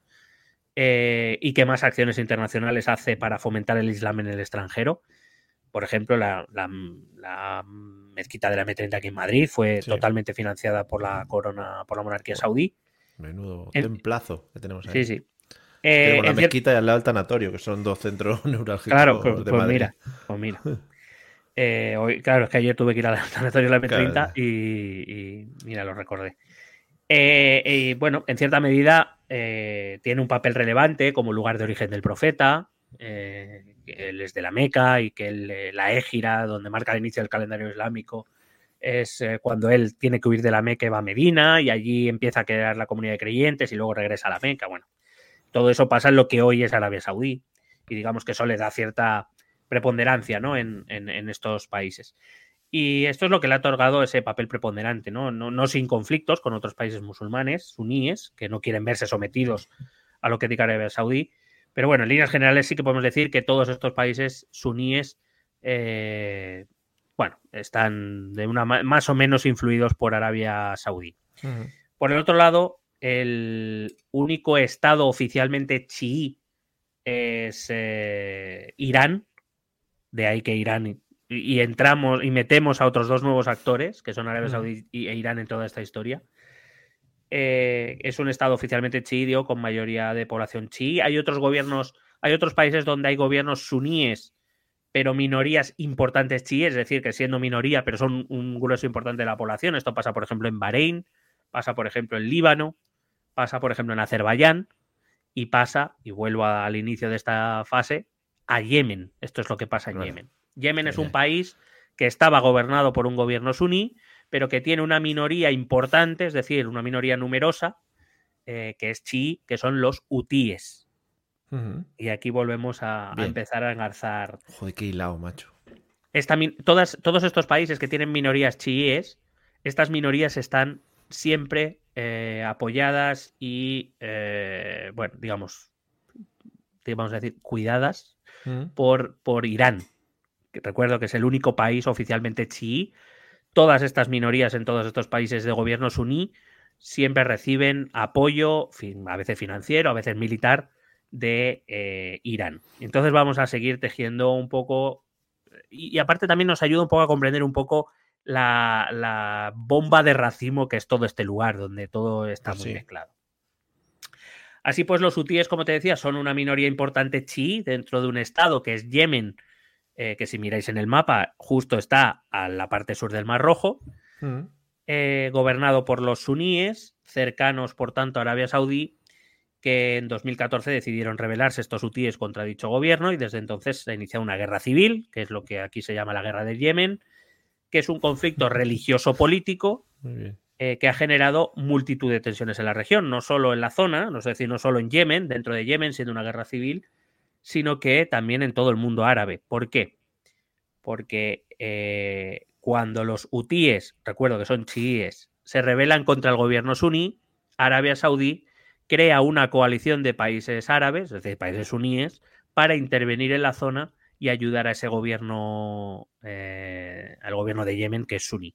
eh, y que más acciones internacionales hace para fomentar el Islam en el extranjero. Por ejemplo, la, la, la mezquita de la eme treinta aquí en Madrid fue sí. totalmente financiada por la corona, por la monarquía saudí. Menudo el, templazo que tenemos ahí. Sí, sí. Eh, tenemos la mezquita y al lado el tanatorio, que son dos centros neurálgicos claro, pues, de pues Madrid. Mira, pues mira. Eh, hoy, claro, es que ayer tuve que ir al tanatorio de la eme treinta claro. y, y mira, lo recordé. Eh, y bueno, en cierta medida eh, tiene un papel relevante como lugar de origen del profeta. Eh, él es de la Meca y que él, la égira, donde marca el inicio del calendario islámico, es eh, cuando él tiene que huir de la Meca y va a Medina y allí empieza a crear la comunidad de creyentes y luego regresa a la Meca. Bueno, todo eso pasa en lo que hoy es Arabia Saudí y digamos que eso le da cierta preponderancia, ¿no? en, en, en estos países. Y esto es lo que le ha otorgado ese papel preponderante, ¿no? No, no sin conflictos con otros países musulmanes, suníes, que no quieren verse sometidos a lo que diga Arabia Saudí. Pero bueno, en líneas generales sí que podemos decir que todos estos países suníes, eh, bueno, están de una más o menos influidos por Arabia Saudí. Uh-huh. Por el otro lado, el único estado oficialmente chií es eh, Irán. De ahí que Irán y, y entramos y metemos a otros dos nuevos actores, que son Arabia Saudí Mm. e Irán en toda esta historia. Eh, es un estado oficialmente chií, con mayoría de población chií. Hay otros gobiernos, hay otros países donde hay gobiernos suníes, pero minorías importantes chiíes, es decir, que siendo minoría, pero son un grueso importante de la población. Esto pasa, por ejemplo, en Bahrein, pasa, por ejemplo, en Líbano, pasa, por ejemplo, en Azerbaiyán y pasa, y vuelvo al inicio de esta fase, a Yemen. Esto es lo que pasa en Claro. Yemen. Yemen es Ya, un ya. país que estaba gobernado por un gobierno suní, pero que tiene una minoría importante, es decir, una minoría numerosa, eh, que es chií, que son los hutíes. Ujú. Y aquí volvemos a, a Bien. empezar a engarzar. Joder, qué hilado, macho. Esta, min- todas, todos estos países que tienen minorías chiíes, estas minorías están siempre eh, apoyadas y, eh, bueno, digamos, vamos a decir, cuidadas Mm. por, por Irán. Que recuerdo que es el único país oficialmente chií. Todas estas minorías en todos estos países de gobierno suní siempre reciben apoyo, fin- a veces financiero, a veces militar, de eh, Irán. Entonces vamos a seguir tejiendo un poco, y, y aparte también nos ayuda un poco a comprender un poco la, la bomba de racimo que es todo este lugar, donde todo está Pues muy sí. mezclado. Así pues, los hutíes, como te decía, son una minoría importante chií dentro de un estado que es Yemen, eh, que si miráis en el mapa, justo está a la parte sur del Mar Rojo, Mm. eh, gobernado por los suníes, cercanos, por tanto, a Arabia Saudí, que en dos mil catorce decidieron rebelarse estos hutíes contra dicho gobierno y desde entonces se inicia una guerra civil, que es lo que aquí se llama la guerra del Yemen, que es un conflicto religioso-político Muy bien. eh, que ha generado multitud de tensiones en la región, no solo en la zona, no es decir, no solo en Yemen, dentro de Yemen siendo una guerra civil, sino que también en todo el mundo árabe. ¿Por qué? Porque eh, cuando los hutíes, recuerdo que son chiíes, se rebelan contra el gobierno suní, Arabia Saudí crea una coalición de países árabes, es decir, países suníes, para intervenir en la zona y ayudar a ese gobierno, eh, al gobierno de Yemen, que es suní.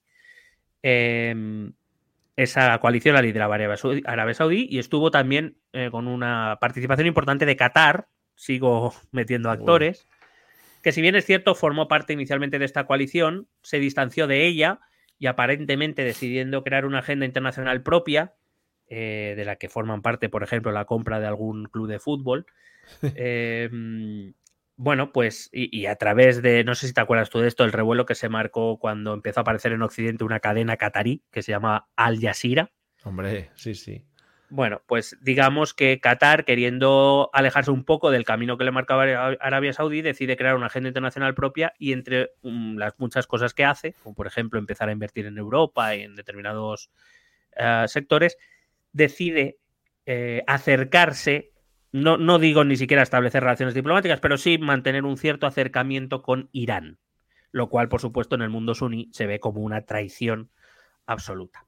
Eh, esa coalición la lideraba Arabia Saudí, Arabia Saudí y estuvo también eh, con una participación importante de Qatar, sigo metiendo actores, que si bien es cierto formó parte inicialmente de esta coalición, se distanció de ella y aparentemente decidiendo crear una agenda internacional propia, eh, de la que forman parte, por ejemplo, la compra de algún club de fútbol. Eh, bueno, pues, y, y a través de, no sé si te acuerdas tú de esto, el revuelo que se marcó cuando empezó a aparecer en Occidente una cadena catarí que se llama Al Jazeera. Hombre, sí, sí. Bueno, pues digamos que Qatar, queriendo alejarse un poco del camino que le marcaba Arabia Saudí, decide crear una agenda internacional propia y entre um, las muchas cosas que hace, como por ejemplo empezar a invertir en Europa y en determinados uh, sectores, decide eh, acercarse, no, no digo ni siquiera establecer relaciones diplomáticas, pero sí mantener un cierto acercamiento con Irán, lo cual, por supuesto, en el mundo suní se ve como una traición absoluta.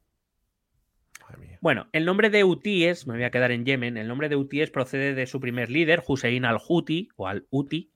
Bueno, el nombre de hutíes, me voy a quedar en Yemen, el nombre de hutíes procede de su primer líder, Hussein al-Huti, o al-Huti,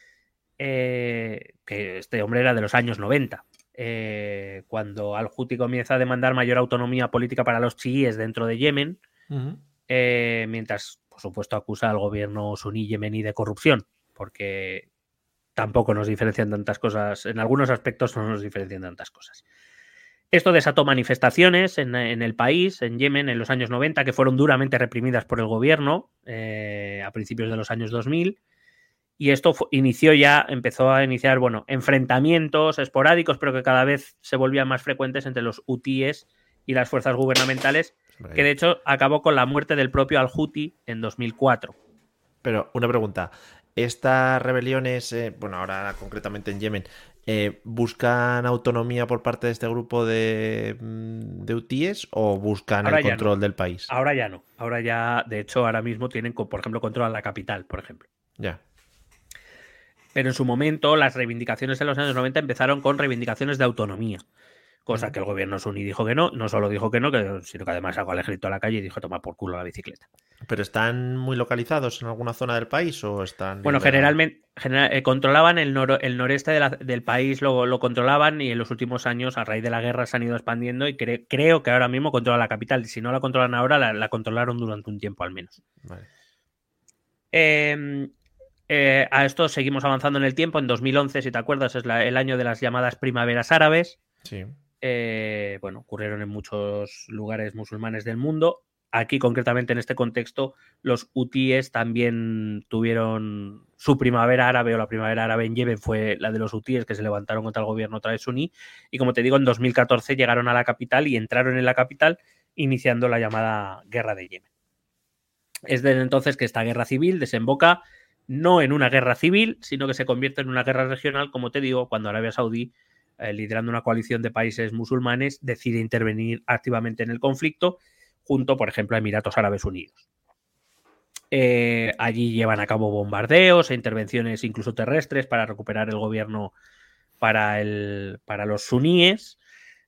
eh, que este hombre era de los años noventa. Eh, cuando al-Huti comienza a demandar mayor autonomía política para los chiíes dentro de Yemen, uh-huh. eh, mientras, por supuesto, acusa al gobierno suní yemení de corrupción, porque tampoco nos diferencian tantas cosas, en algunos aspectos no nos diferencian tantas cosas. Esto desató manifestaciones en, en el país, en Yemen, en los años noventa, que fueron duramente reprimidas por el gobierno eh, a principios de los años dos mil. Y esto fue, inició ya, empezó a iniciar, bueno, enfrentamientos esporádicos, pero que cada vez se volvían más frecuentes entre los hutíes y las fuerzas gubernamentales, que de hecho acabó con la muerte del propio al-Huti en dos mil cuatro. Pero una pregunta, ¿estas rebeliones, eh, bueno, ahora concretamente en Yemen, eh, buscan autonomía por parte de este grupo de, de hutíes o buscan ahora el control no. del país? Ahora ya no. Ahora ya, de hecho, ahora mismo tienen, por ejemplo, control a la capital, por ejemplo. Ya. Pero en su momento las reivindicaciones en los años noventa empezaron con reivindicaciones de autonomía. Cosa que el gobierno suní dijo que no, no solo dijo que no, que, sino que además sacó al ejército a la calle y dijo toma por culo la bicicleta. ¿Pero están muy localizados en alguna zona del país o están...? Bueno, generalmente general, eh, controlaban el, nor, el noreste de la, del país, lo, lo controlaban y en los últimos años, a raíz de la guerra, se han ido expandiendo y cre, creo que ahora mismo controla la capital. Y si no la controlan ahora, la, la controlaron durante un tiempo al menos. Vale. Eh, Eh, a esto seguimos avanzando en el tiempo. En dos mil once, si te acuerdas, es la, el año de las llamadas primaveras árabes. Sí. Eh, bueno, ocurrieron en muchos lugares musulmanes del mundo. Aquí, concretamente, en este contexto, los hutíes también tuvieron su primavera árabe, o la primavera árabe en Yemen fue la de los hutíes, que se levantaron contra el gobierno otra vez suní. Y como te digo, en dos mil catorce llegaron a la capital y entraron en la capital, iniciando la llamada Guerra de Yemen. Es desde entonces que esta guerra civil desemboca no en una guerra civil, sino que se convierte en una guerra regional, como te digo, cuando Arabia Saudí, eh, liderando una coalición de países musulmanes, decide intervenir activamente en el conflicto, junto, por ejemplo, a Emiratos Árabes Unidos. Eh, allí llevan a cabo bombardeos e intervenciones incluso terrestres para recuperar el gobierno para, el, para los suníes.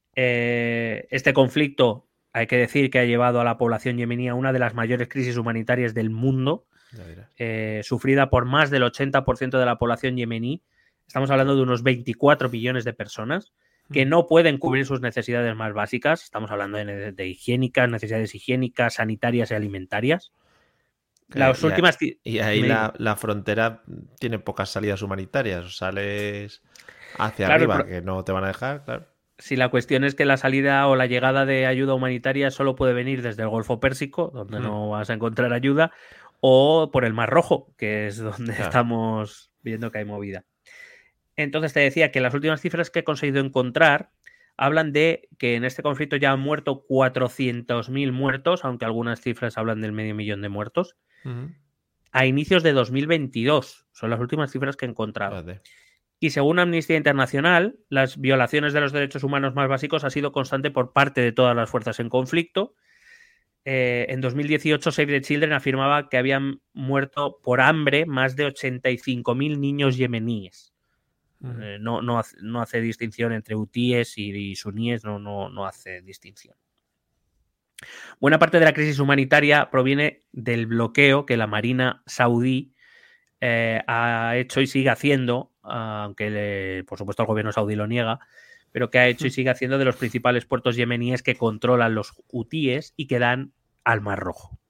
Eh, este conflicto, hay que decir que ha llevado a la población yemení a una de las mayores crisis humanitarias del mundo, eh, sufrida por más del ochenta por ciento de la población yemení. Estamos hablando de unos veinticuatro millones de personas que no pueden cubrir sus necesidades más básicas. Estamos hablando de, de higiénicas, necesidades higiénicas, sanitarias y alimentarias. Las y últimas... ahí, y ahí la, la frontera tiene pocas salidas humanitarias. O sales hacia claro, arriba, pero... que no te van a dejar, claro. Si la cuestión es que la salida o la llegada de ayuda humanitaria solo puede venir desde el Golfo Pérsico, donde mm. no vas a encontrar ayuda, o por el Mar Rojo, que es donde claro. estamos viendo que hay movida. Entonces te decía que las últimas cifras que he conseguido encontrar hablan de que en este conflicto ya han muerto cuatrocientos mil muertos, aunque algunas cifras hablan del medio millón de muertos, uh-huh. a inicios de dos mil veintidós. Son las últimas cifras que he encontrado. Vale. Y según Amnistía Internacional, las violaciones de los derechos humanos más básicos ha sido constante por parte de todas las fuerzas en conflicto. Eh, en dos mil dieciocho, Save the Children afirmaba que habían muerto por hambre más de ochenta y cinco mil niños yemeníes. Uh-huh. Eh, no, no, hace, no hace distinción entre hutíes y, y suníes, no, no, no hace distinción. Buena parte de la crisis humanitaria proviene del bloqueo que la Marina saudí eh, ha hecho y sigue haciendo, aunque le, por supuesto el gobierno saudí lo niega, pero que ha hecho y sigue haciendo de los principales puertos yemeníes que controlan los hutíes y que dan al Mar Rojo.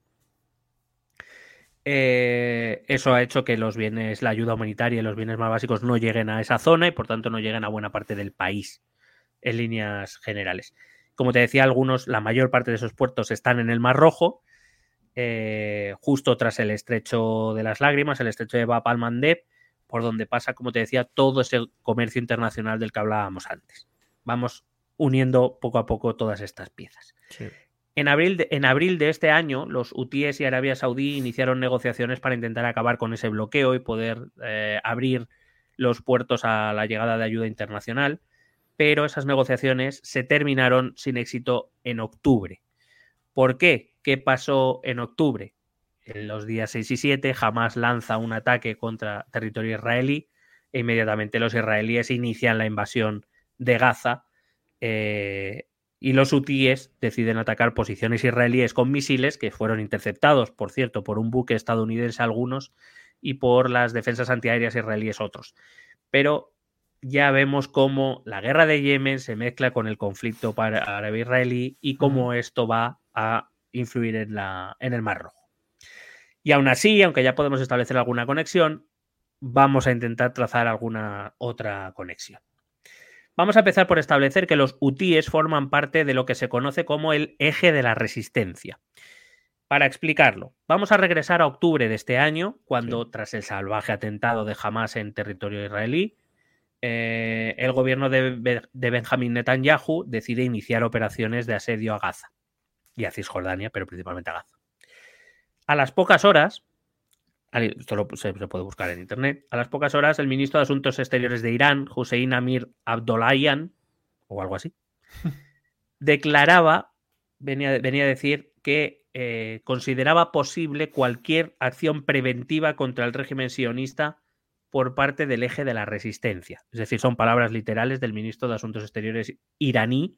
Eh, eso ha hecho que los bienes, la ayuda humanitaria y los bienes más básicos no lleguen a esa zona y por tanto no lleguen a buena parte del país en líneas generales. Como te decía, algunos, la mayor parte de esos puertos están en el Mar Rojo, eh, justo tras el estrecho de las lágrimas, el estrecho de Bab al-Mandeb, por donde pasa, como te decía, todo ese comercio internacional del que hablábamos antes. Vamos uniendo poco a poco todas estas piezas. Sí. En abril, de, en abril de este año, los hutíes y Arabia Saudí iniciaron negociaciones para intentar acabar con ese bloqueo y poder eh, abrir los puertos a la llegada de ayuda internacional, pero esas negociaciones se terminaron sin éxito en octubre. ¿Por qué? ¿Qué pasó en octubre? En los días seis y siete, Hamás lanza un ataque contra territorio israelí e inmediatamente los israelíes inician la invasión de Gaza eh, y los hutíes deciden atacar posiciones israelíes con misiles que fueron interceptados, por cierto, por un buque estadounidense algunos y por las defensas antiaéreas israelíes otros. Pero ya vemos cómo la guerra de Yemen se mezcla con el conflicto árabe-israelí y cómo esto va a influir en, la, en el Mar Rojo. Y aún así, aunque ya podemos establecer alguna conexión, vamos a intentar trazar alguna otra conexión. Vamos a empezar por establecer que los hutíes forman parte de lo que se conoce como el eje de la resistencia. Para explicarlo, vamos a regresar a octubre de este año, cuando sí. tras el salvaje atentado de Hamás en territorio israelí, eh, el gobierno de, de Benjamín Netanyahu decide iniciar operaciones de asedio a Gaza y a Cisjordania, pero principalmente a Gaza. A las pocas horas, esto lo, se, se puede buscar en internet, a las pocas horas el ministro de Asuntos Exteriores de Irán, Hussein Amir Abdollahian, o algo así, declaraba, venía, venía a decir que eh, consideraba posible cualquier acción preventiva contra el régimen sionista por parte del eje de la resistencia. Es decir, son palabras literales del ministro de Asuntos Exteriores iraní,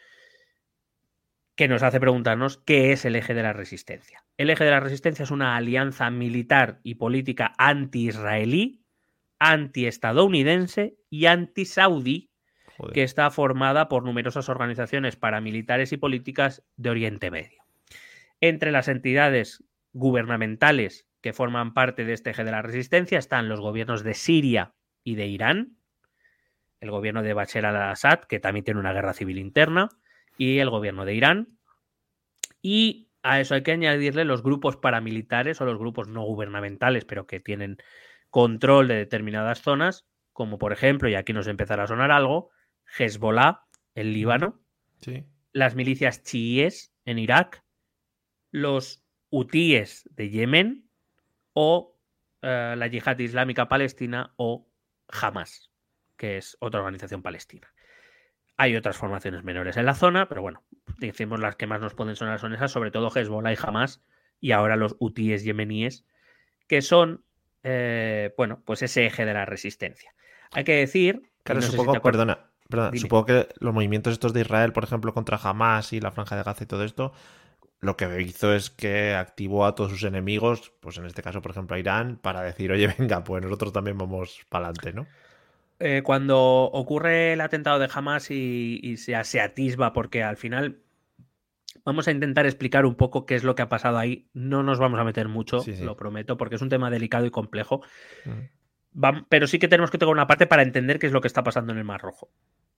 que nos hace preguntarnos qué es el eje de la resistencia. El eje de la resistencia es una alianza militar y política anti-israelí, anti-estadounidense y anti-saudí, Joder. que está formada por numerosas organizaciones paramilitares y políticas de Oriente Medio. Entre las entidades gubernamentales que forman parte de este eje de la resistencia están los gobiernos de Siria y de Irán, el gobierno de Bashar al-Assad, que también tiene una guerra civil interna, y el gobierno de Irán. Y a eso hay que añadirle los grupos paramilitares o los grupos no gubernamentales, pero que tienen control de determinadas zonas, como por ejemplo, y aquí nos empezará a sonar algo, Hezbollah en Líbano, sí. las milicias chiíes en Irak, los hutíes de Yemen o eh, la Yihad Islámica Palestina o Hamas, que es otra organización palestina. Hay otras formaciones menores en la zona, pero bueno, decimos las que más nos pueden sonar son esas, sobre todo Hezbollah y Hamas, y ahora los hutíes yemeníes, que son, eh, bueno, pues ese eje de la resistencia. Hay que decir... Claro, no supongo, sé si perdona, perdona supongo que los movimientos estos de Israel, por ejemplo, contra Hamas y la Franja de Gaza y todo esto, lo que hizo es que activó a todos sus enemigos, pues en este caso, por ejemplo, a Irán, para decir, oye, venga, pues nosotros también vamos para adelante, ¿no? Eh, cuando ocurre el atentado de Hamas y, y se, se atisba, porque al final vamos a intentar explicar un poco qué es lo que ha pasado ahí. No nos vamos a meter mucho, sí, sí. Lo prometo, porque es un tema delicado y complejo. Mm. Va, pero sí que tenemos que tocar una parte para entender qué es lo que está pasando en el Mar Rojo.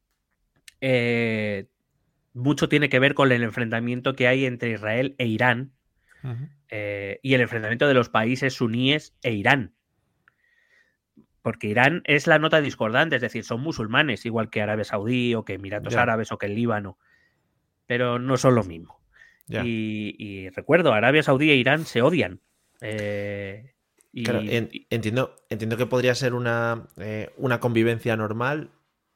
Eh, mucho tiene que ver con el enfrentamiento que hay entre Israel e Irán, uh-huh. eh, y el enfrentamiento de los países suníes e Irán. Porque Irán es la nota discordante, es decir, son musulmanes, igual que Arabia Saudí o que Emiratos yeah. Árabes o que el Líbano, pero no son lo mismo. Yeah. Y, y recuerdo, Arabia Saudí e Irán se odian. Eh, y, claro, en, entiendo, entiendo que podría ser una, eh, una convivencia normal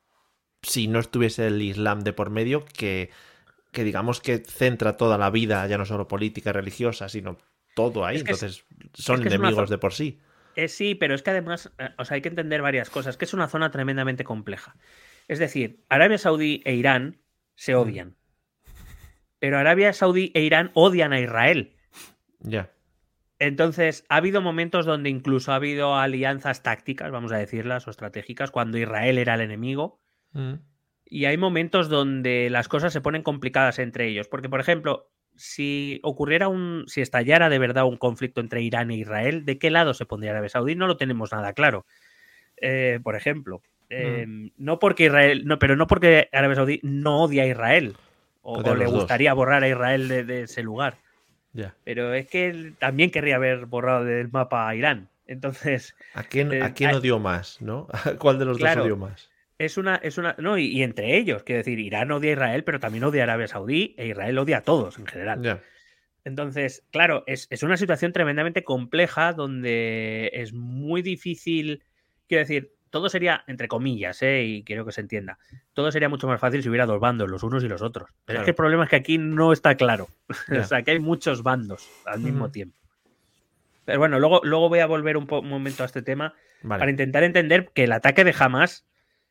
si no estuviese el Islam de por medio, que, que digamos que centra toda la vida, ya no solo política y religiosa, sino todo ahí. Es que Entonces es, son es que enemigos de por sí. Eh, sí, pero es que además, eh, o sea, hay que entender varias cosas, que es una zona tremendamente compleja. Es decir, Arabia Saudí e Irán se odian. Mm. Pero Arabia Saudí e Irán odian a Israel. Ya. Yeah. Entonces, ha habido momentos donde incluso ha habido alianzas tácticas, vamos a decirlas, o estratégicas, cuando Israel era el enemigo. Mm. Y hay momentos donde las cosas se ponen complicadas entre ellos. Porque, por ejemplo, si ocurriera un, si estallara de verdad un conflicto entre Irán e Israel, ¿de qué lado se pondría Arabia Saudí? No lo tenemos nada claro. Eh, por ejemplo, eh, mm. no porque Israel, no, pero no porque Arabia Saudí no odia a Israel o, o le gustaría dos. borrar a Israel de, de ese lugar. Yeah. Pero es que él también querría haber borrado del mapa a Irán. Entonces, ¿a quién, eh, ¿a quién odió más, no? ¿Cuál de los claro, dos odió más? Es una, es una, no, y, y entre ellos, quiero decir, Irán odia a Israel, pero también odia a Arabia Saudí, e Israel odia a todos en general. Yeah. Entonces, claro, es, es una situación tremendamente compleja donde es muy difícil, quiero decir, todo sería, entre comillas, ¿eh? Y quiero que se entienda, todo sería mucho más fácil si hubiera dos bandos, los unos y los otros. Pero claro. Es que el problema es que aquí no está claro. Yeah. O sea, que hay muchos bandos al mismo mm. tiempo. Pero bueno, luego, luego voy a volver un, po- un momento a este tema vale. para intentar entender que el ataque de Hamas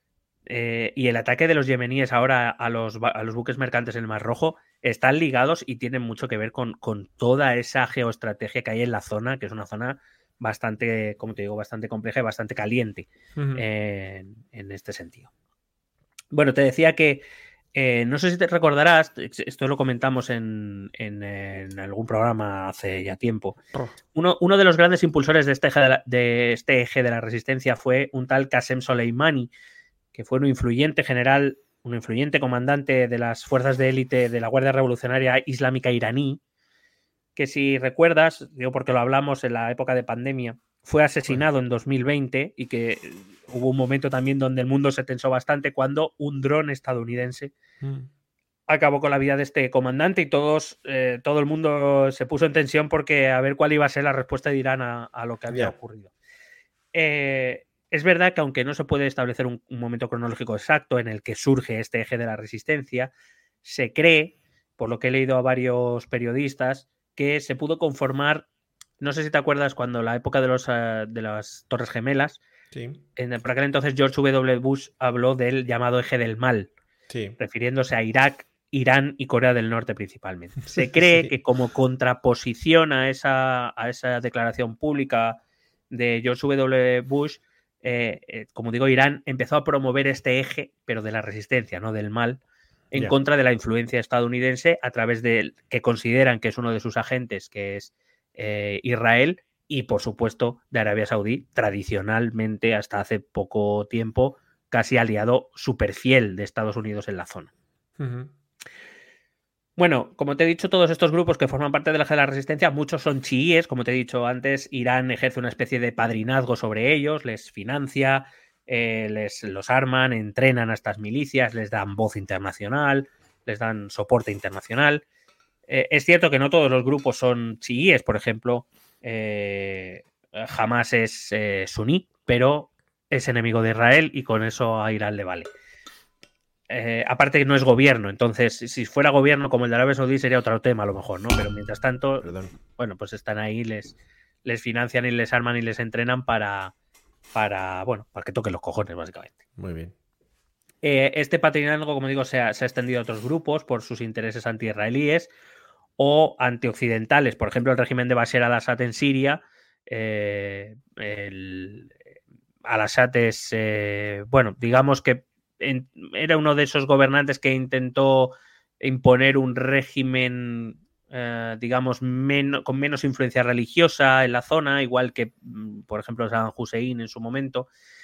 Eh, y el ataque de los yemeníes ahora a los, a los buques mercantes en el Mar Rojo están ligados y tienen mucho que ver con, con toda esa geoestrategia que hay en la zona, que es una zona bastante, como te digo, bastante compleja y bastante caliente uh-huh. en, en este sentido. Bueno, te decía que eh, no sé si te recordarás, esto lo comentamos en, en, en algún programa hace ya tiempo. Oh. Uno, uno de los grandes impulsores de este, eje de, la, de este eje de la resistencia fue un tal Qasem Soleimani, que fue un influyente general, un influyente comandante de las fuerzas de élite de la Guardia Revolucionaria Islámica iraní, que si recuerdas, digo porque lo hablamos en la época de pandemia, fue asesinado bueno. en dos mil veinte y que hubo un momento también donde el mundo se tensó bastante cuando un dron estadounidense mm. acabó con la vida de este comandante y todos, eh, todo el mundo se puso en tensión porque a ver cuál iba a ser la respuesta de Irán a, a lo que había yeah. ocurrido. Eh, Es verdad que aunque no se puede establecer un, un momento cronológico exacto en el que surge este eje de la resistencia, se cree, por lo que he leído a varios periodistas, que se pudo conformar, no sé si te acuerdas cuando la época de, los, uh, de las Torres Gemelas, sí. en, por aquel entonces George W. Bush habló del llamado eje del mal, sí. refiriéndose a Irak, Irán y Corea del Norte principalmente. Se cree sí. que como contraposición a esa, a esa declaración pública de George W. Bush, Eh, eh, como digo, Irán empezó a promover este eje, pero de la resistencia, no del mal, en yeah. contra de la influencia estadounidense a través de que consideran que es uno de sus agentes, que es eh, Israel, y, por supuesto, de Arabia Saudí, tradicionalmente, hasta hace poco tiempo, casi aliado súper fiel de Estados Unidos en la zona. Uh-huh. Bueno, como te he dicho, todos estos grupos que forman parte del eje de la resistencia, muchos son chiíes, como te he dicho antes. Irán ejerce una especie de padrinazgo sobre ellos, les financia, eh, les los arman, entrenan a estas milicias, les dan voz internacional, les dan soporte internacional. Eh, es cierto que no todos los grupos son chiíes, por ejemplo, eh, Hamas es eh, suní, pero es enemigo de Israel y con eso a Irán le vale. Eh, aparte que no es gobierno, entonces si fuera gobierno como el de Arabia Saudí sería otro tema a lo mejor, ¿no? Pero mientras tanto, Perdón. bueno, pues están ahí, les, les financian y les arman y les entrenan para, para, bueno, para que toquen los cojones, básicamente. Muy bien. Eh, este patrinazgo, como digo, se ha, se ha extendido a otros grupos por sus intereses anti-israelíes o antioccidentales. Por ejemplo, el régimen de Bashar al-Assad en Siria, eh, el, al-Assad es, eh, bueno, digamos que en, era uno de esos gobernantes que intentó imponer un régimen, eh, digamos, men- con menos influencia religiosa en la zona, igual que, por ejemplo, Saddam Hussein en su momento.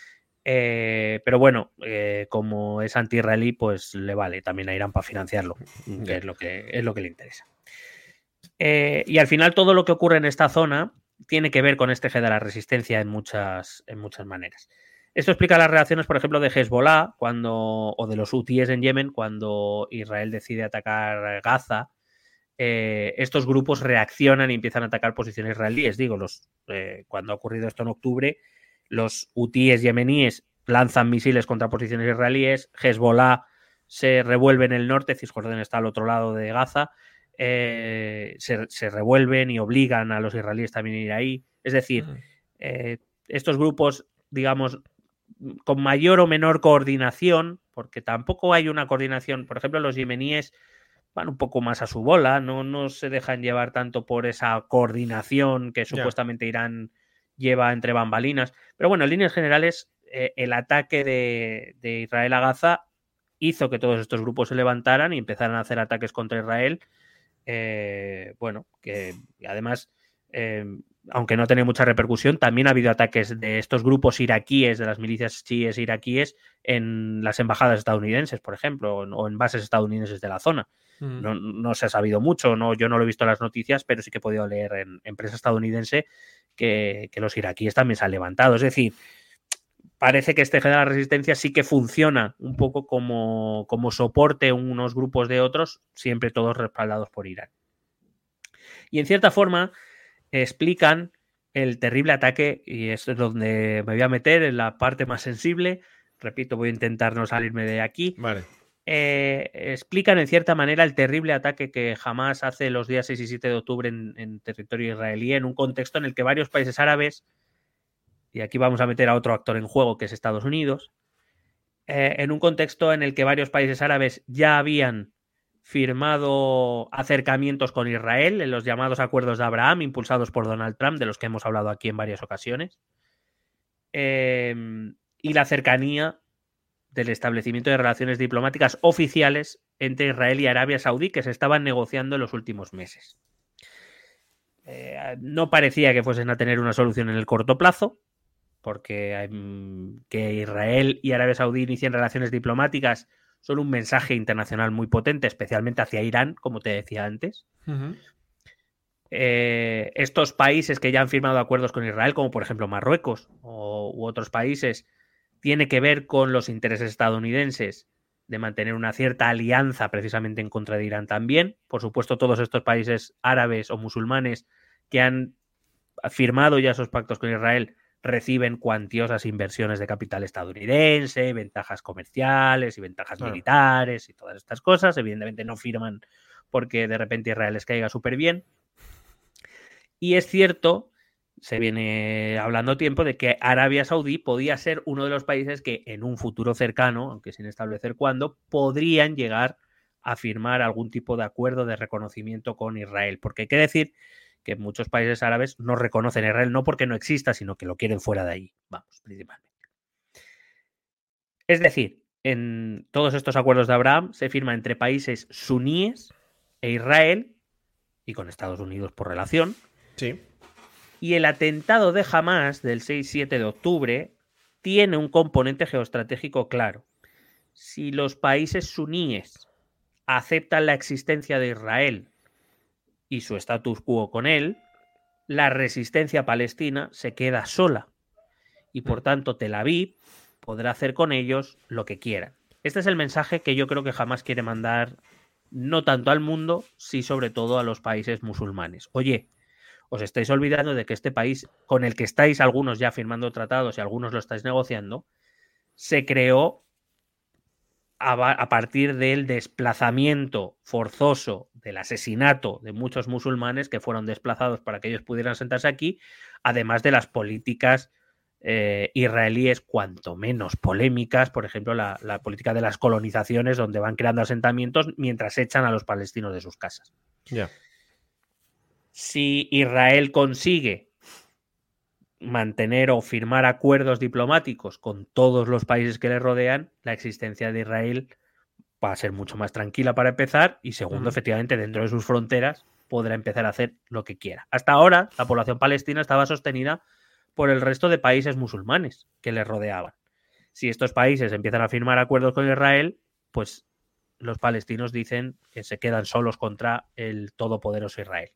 Eh, pero bueno, eh, como es anti-israelí, pues le vale también a Irán para financiarlo, que es lo que, es lo que le interesa. Eh, y al final todo lo que ocurre en esta zona tiene que ver con este eje de la resistencia en muchas, en muchas maneras. Esto explica las reacciones, por ejemplo, de Hezbollah cuando, o de los hutíes en Yemen cuando Israel decide atacar Gaza. Eh, estos grupos reaccionan y empiezan a atacar posiciones israelíes. Digo, los, eh, cuando ha ocurrido esto en octubre, los hutíes yemeníes lanzan misiles contra posiciones israelíes, Hezbollah se revuelve en el norte, Cisjordania está al otro lado de Gaza, eh, se, se revuelven y obligan a los israelíes también a ir ahí. Es decir, eh, estos grupos, digamos, con mayor o menor coordinación, porque tampoco hay una coordinación, por ejemplo, los yemeníes van un poco más a su bola, no, no se dejan llevar tanto por esa coordinación que supuestamente Irán lleva entre bambalinas. Pero bueno, en líneas generales, eh, el ataque de, de Israel a Gaza hizo que todos estos grupos se levantaran y empezaran a hacer ataques contra Israel. Eh, bueno, que además, eh, aunque no tiene mucha repercusión, también ha habido ataques de estos grupos iraquíes, de las milicias chiíes iraquíes, en las embajadas estadounidenses, por ejemplo, o en bases estadounidenses de la zona. Mm. No, no se ha sabido mucho, no, yo no lo he visto en las noticias, pero sí que he podido leer en, en prensa estadounidense que, que los iraquíes también se han levantado. Es decir, parece que este eje de la resistencia sí que funciona un poco como, como soporte unos grupos de otros, siempre todos respaldados por Irán. Y en cierta forma explican el terrible ataque, y esto es donde me voy a meter, en la parte más sensible. Repito, voy a intentar no salirme de aquí. Vale. Eh, explican en cierta manera el terrible ataque que Hamas hace los días seis y siete de octubre en, en territorio israelí, en un contexto en el que varios países árabes, y aquí vamos a meter a otro actor en juego que es Estados Unidos, eh, en un contexto en el que varios países árabes ya habían firmado acercamientos con Israel en los llamados acuerdos de Abraham impulsados por Donald Trump, de los que hemos hablado aquí en varias ocasiones, eh, y la cercanía del establecimiento de relaciones diplomáticas oficiales entre Israel y Arabia Saudí que se estaban negociando en los últimos meses. Eh, no parecía que fuesen a tener una solución en el corto plazo, porque eh, que Israel y Arabia Saudí inicien relaciones diplomáticas son un mensaje internacional muy potente, especialmente hacia Irán, como te decía antes. Uh-huh. Eh, estos países que ya han firmado acuerdos con Israel, como por ejemplo Marruecos o, u otros países, tiene que ver con los intereses estadounidenses de mantener una cierta alianza precisamente en contra de Irán también. Por supuesto, todos estos países árabes o musulmanes que han firmado ya esos pactos con Israel reciben cuantiosas inversiones de capital estadounidense, ventajas comerciales y ventajas claro. militares y todas estas cosas. Evidentemente no firman porque de repente Israel les caiga súper bien. Y es cierto, se viene hablando tiempo de que Arabia Saudí podía ser uno de los países que en un futuro cercano, aunque sin establecer cuándo, podrían llegar a firmar algún tipo de acuerdo de reconocimiento con Israel. Porque hay que decir que muchos países árabes no reconocen a Israel, no porque no exista, sino que lo quieren fuera de ahí, vamos, principalmente. Es decir, en todos estos acuerdos de Abraham se firma entre países suníes e Israel, y con Estados Unidos por relación, sí. Y el atentado de Hamás del seis siete de octubre tiene un componente geoestratégico claro. Si los países suníes aceptan la existencia de Israel y su status quo con él, la resistencia palestina se queda sola. Y por tanto Tel Aviv podrá hacer con ellos lo que quieran. Este es el mensaje que yo creo que Hamás quiere mandar no tanto al mundo, sí sobre todo a los países musulmanes. Oye, os estáis olvidando de que este país, con el que estáis algunos ya firmando tratados y algunos lo estáis negociando, se creó a, a partir del desplazamiento forzoso, del asesinato de muchos musulmanes que fueron desplazados para que ellos pudieran sentarse aquí, además de las políticas eh, israelíes cuanto menos polémicas, por ejemplo, la, la política de las colonizaciones, donde van creando asentamientos mientras echan a los palestinos de sus casas. Ya. Yeah. Si Israel consigue mantener o firmar acuerdos diplomáticos con todos los países que le rodean, la existencia de Israel va a ser mucho más tranquila para empezar y segundo, uh-huh. efectivamente, dentro de sus fronteras podrá empezar a hacer lo que quiera. Hasta ahora, la población palestina estaba sostenida por el resto de países musulmanes que le rodeaban. Si estos países empiezan a firmar acuerdos con Israel, pues los palestinos dicen que se quedan solos contra el todopoderoso Israel.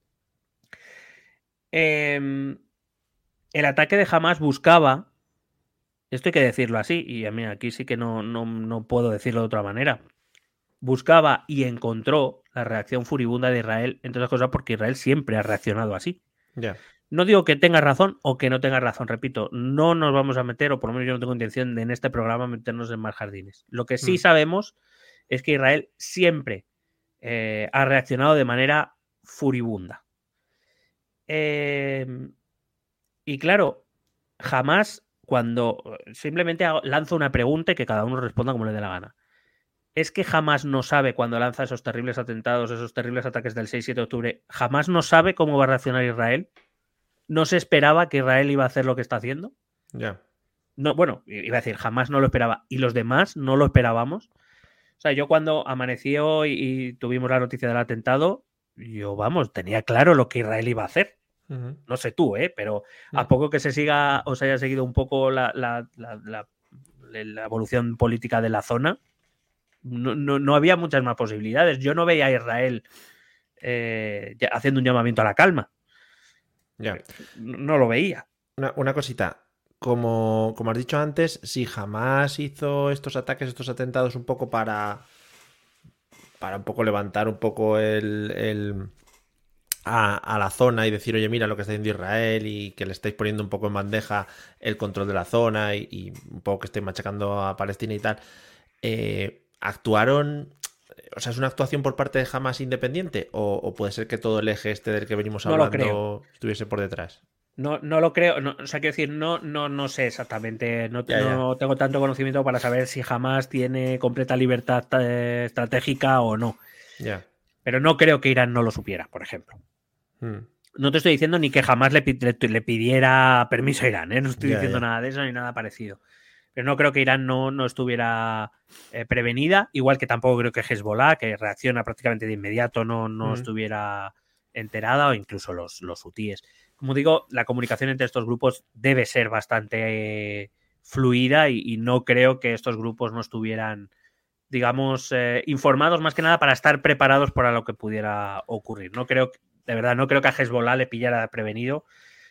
Eh, el ataque de Hamás buscaba, esto hay que decirlo así, y a mí aquí sí que no, no, no puedo decirlo de otra manera, buscaba y encontró la reacción furibunda de Israel, entre otras cosas porque Israel siempre ha reaccionado así. Yeah. No digo que tenga razón o que no tenga razón, repito, no nos vamos a meter, o por lo menos yo no tengo intención de en este programa meternos en más jardines. Lo que sí mm. sabemos es que Israel siempre eh, ha reaccionado de manera furibunda. Eh, y claro, jamás cuando simplemente lanzo una pregunta y que cada uno responda como le dé la gana. ¿Es que jamás no sabe cuando lanza esos terribles atentados, esos terribles ataques del seis siete de octubre, jamás no sabe cómo va a reaccionar Israel? ¿No se esperaba que Israel iba a hacer lo que está haciendo? Ya. Yeah. No, bueno, iba a decir, jamás no lo esperaba. ¿Y los demás no lo esperábamos? O sea, yo cuando amaneció y, y tuvimos la noticia del atentado, yo, vamos, tenía claro lo que Israel iba a hacer. Uh-huh. No sé tú, ¿eh? Pero uh-huh. a poco que se siga o se haya seguido un poco la, la, la, la, la evolución política de la zona, no, no, no había muchas más posibilidades. Yo no veía a Israel eh, haciendo un llamamiento a la calma. Ya. No, no lo veía. Una, una cosita. Como, como has dicho antes, si Hamás hizo estos ataques, estos atentados un poco para para un poco levantar un poco el, el a, a la zona y decir, oye, mira lo que está haciendo Israel y que le estáis poniendo un poco en bandeja el control de la zona y, y un poco que estáis machacando a Palestina y tal, eh, actuaron, o sea, ¿es una actuación por parte de Hamás independiente o, o puede ser que todo el eje este del que venimos hablando no estuviese por detrás? No, no lo creo, no, o sea, quiero decir, no, no, no sé exactamente, no, ya, no ya. tengo tanto conocimiento para saber si Hamás tiene completa libertad eh, estratégica o no. Ya. Pero no creo que Irán no lo supiera, por ejemplo. Hmm. No te estoy diciendo ni que jamás le, le, le pidiera permiso a Irán, ¿eh? No estoy ya, diciendo ya. nada de eso ni nada parecido. Pero no creo que Irán no, no estuviera eh, prevenida, igual que tampoco creo que Hezbollah, que reacciona prácticamente de inmediato, no, no hmm. estuviera enterada, o incluso los, los hutíes. Como digo, la comunicación entre estos grupos debe ser bastante eh, fluida y, y no creo que estos grupos no estuvieran, digamos, eh, informados más que nada para estar preparados para lo que pudiera ocurrir. No creo, de verdad, no creo que a Hezbollah le pillara prevenido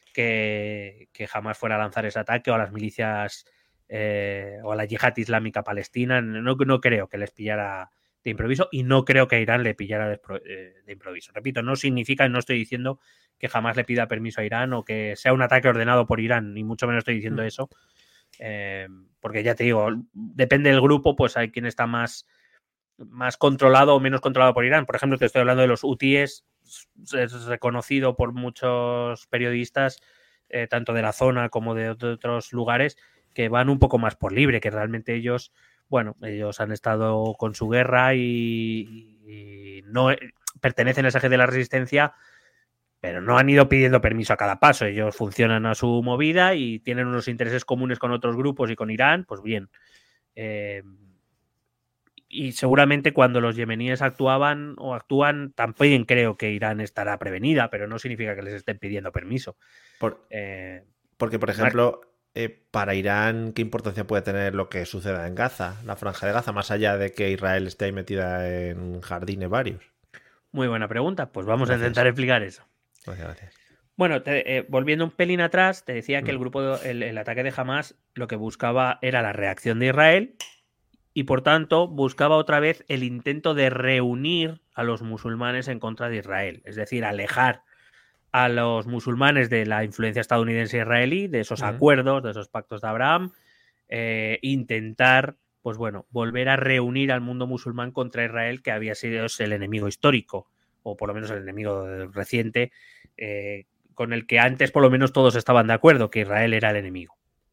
que, que jamás fuera a lanzar ese ataque o a las milicias eh, o a la yihad islámica palestina. No, no creo que les pillara de improviso y no creo que a Irán le pillara de, eh, de improviso. Repito, no significa, y no estoy diciendo que jamás le pida permiso a Irán o que sea un ataque ordenado por Irán, ni mucho menos estoy diciendo mm. eso, eh, porque ya te digo, depende del grupo, pues hay quien está más, más controlado o menos controlado por Irán. Por ejemplo, te estoy hablando de los hutíes, es reconocido por muchos periodistas, eh, tanto de la zona como de otros lugares, que van un poco más por libre, que realmente ellos, bueno, ellos han estado con su guerra y, y no pertenecen a ese eje de la resistencia, pero no han ido pidiendo permiso a cada paso. Ellos funcionan a su movida y tienen unos intereses comunes con otros grupos y con Irán, pues bien. Eh, y seguramente cuando los yemeníes actuaban o actúan, también creo que Irán estará prevenida, pero no significa que les estén pidiendo permiso. Por, eh, porque, por ejemplo, eh, para Irán, ¿qué importancia puede tener lo que suceda en Gaza, la franja de Gaza, más allá de que Israel esté ahí metida en jardines varios? Muy buena pregunta. Pues vamos Gracias. a intentar explicar eso. Gracias, gracias. Bueno, te, eh, volviendo un pelín atrás, te decía que Mm. el grupo, el, el ataque de Hamas lo que buscaba era la reacción de Israel y por tanto buscaba otra vez el intento de reunir a los musulmanes en contra de Israel, es decir, alejar a los musulmanes de la influencia estadounidense e israelí, de esos Mm. acuerdos, de esos pactos de Abraham, eh, intentar, pues bueno, volver a reunir al mundo musulmán contra Israel, que había sido el enemigo histórico, o por lo menos el enemigo reciente, eh, con el que antes por lo menos todos estaban de acuerdo, que Israel era el enemigo.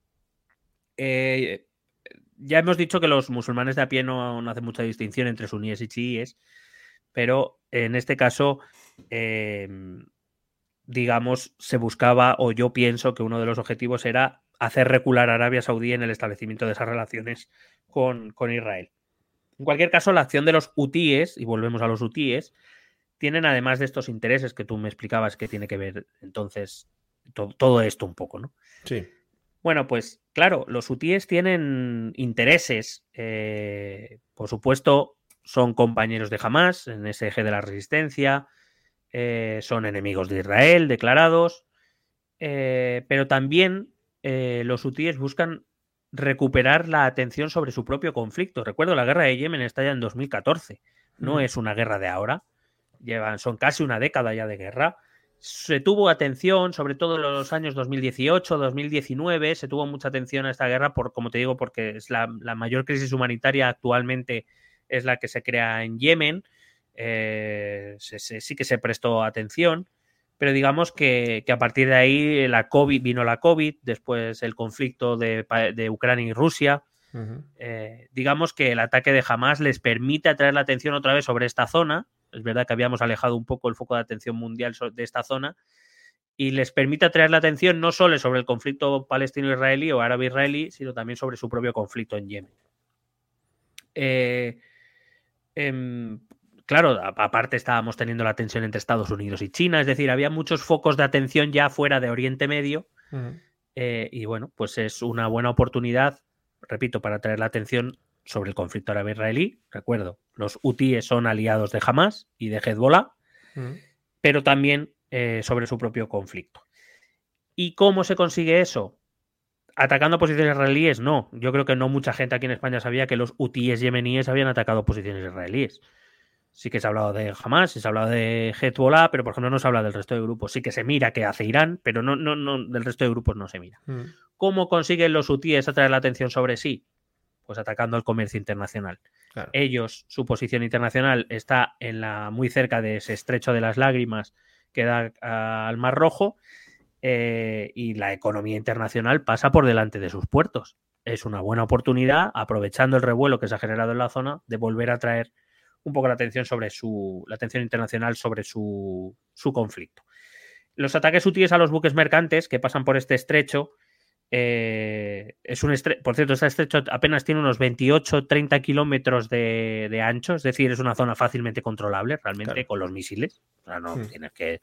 Eh, ya hemos dicho que los musulmanes de a pie no, no hacen mucha distinción entre suníes y chiíes, pero en este caso, eh, digamos, se buscaba, o yo pienso que uno de los objetivos era hacer recular a Arabia Saudí en el establecimiento de esas relaciones con, con Israel. En cualquier caso, la acción de los hutíes, y volvemos a los hutíes, tienen además de estos intereses que tú me explicabas que tiene que ver entonces to todo esto un poco, ¿no? Sí. Bueno, pues claro, los hutíes tienen intereses, eh, por supuesto, son compañeros de Hamas en ese eje de la resistencia, eh, son enemigos de Israel declarados, eh, pero también eh, los hutíes buscan recuperar la atención sobre su propio conflicto. Recuerdo, la guerra de Yemen está ya en dos mil catorce, no mm. es una guerra de ahora. Llevan, son casi una década ya de guerra. Se tuvo atención, sobre todo en los años dos mil dieciocho, dos mil diecinueve, se tuvo mucha atención a esta guerra, por, como te digo, porque es la, la mayor crisis humanitaria actualmente es la que se crea en Yemen. Eh, se, se, sí que se prestó atención, pero digamos que, que a partir de ahí la COVID, vino la COVID, después el conflicto de, de Ucrania y Rusia. Uh-huh. Eh, digamos que el ataque de Hamas les permite atraer la atención otra vez sobre esta zona. Es verdad que habíamos alejado un poco el foco de atención mundial de esta zona y les permite atraer la atención no solo sobre el conflicto palestino-israelí o árabe-israelí, sino también sobre su propio conflicto en Yemen. Eh, eh, claro, aparte estábamos teniendo la tensión entre Estados Unidos y China, es decir, había muchos focos de atención ya fuera de Oriente Medio. Uh-huh. eh, y bueno, pues es una buena oportunidad, repito, para atraer la atención sobre el conflicto árabe-israelí. Recuerdo, los hutíes son aliados de Hamas y de Hezbollah, uh-huh. pero también eh, sobre su propio conflicto. ¿Y cómo se consigue eso? ¿Atacando posiciones israelíes? No. Yo creo que no mucha gente aquí en España sabía que los hutíes yemeníes habían atacado posiciones israelíes. Sí que se ha hablado de Hamas, se ha hablado de Hezbollah, pero por ejemplo no se habla del resto de grupos. Sí que se mira qué hace Irán, pero no, no, no, del resto de grupos no se mira. Uh-huh. ¿Cómo consiguen los hutíes atraer la atención sobre sí? Pues atacando al comercio internacional. Claro. Ellos, su posición internacional está en la muy cerca de ese estrecho de las lágrimas que da a, al Mar Rojo, eh, y la economía internacional pasa por delante de sus puertos. Es una buena oportunidad, aprovechando el revuelo que se ha generado en la zona, de volver a traer un poco la atención sobre su la atención internacional sobre su, su conflicto. Los ataques hutíes a los buques mercantes que pasan por este estrecho, Eh, es un estre por cierto, este estrecho apenas tiene unos veintiocho treinta kilómetros de, de ancho, es decir, es una zona fácilmente controlable realmente, claro, con los misiles. O sea, no sí. tienes que.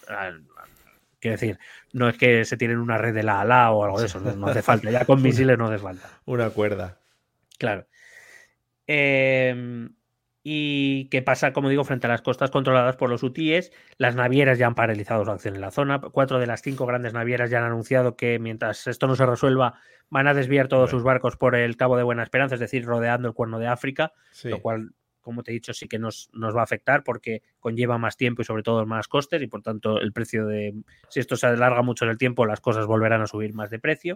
Quiero decir, no es que se tienen una red de la ala o algo de eso, no, no hace falta. Ya con misiles no hace falta. Una cuerda. Claro. Eh, ¿Y qué pasa, como digo, frente a las costas controladas por los hutíes? Las navieras ya han paralizado su acción en la zona. Cuatro de las cinco grandes navieras ya han anunciado que mientras esto no se resuelva van a desviar todos bueno. sus barcos por el Cabo de Buena Esperanza, es decir, rodeando el Cuerno de África, sí. lo cual, como te he dicho, sí que nos, nos va a afectar porque conlleva más tiempo y sobre todo más costes y por tanto el precio de... Si esto se alarga mucho en el tiempo, las cosas volverán a subir más de precio.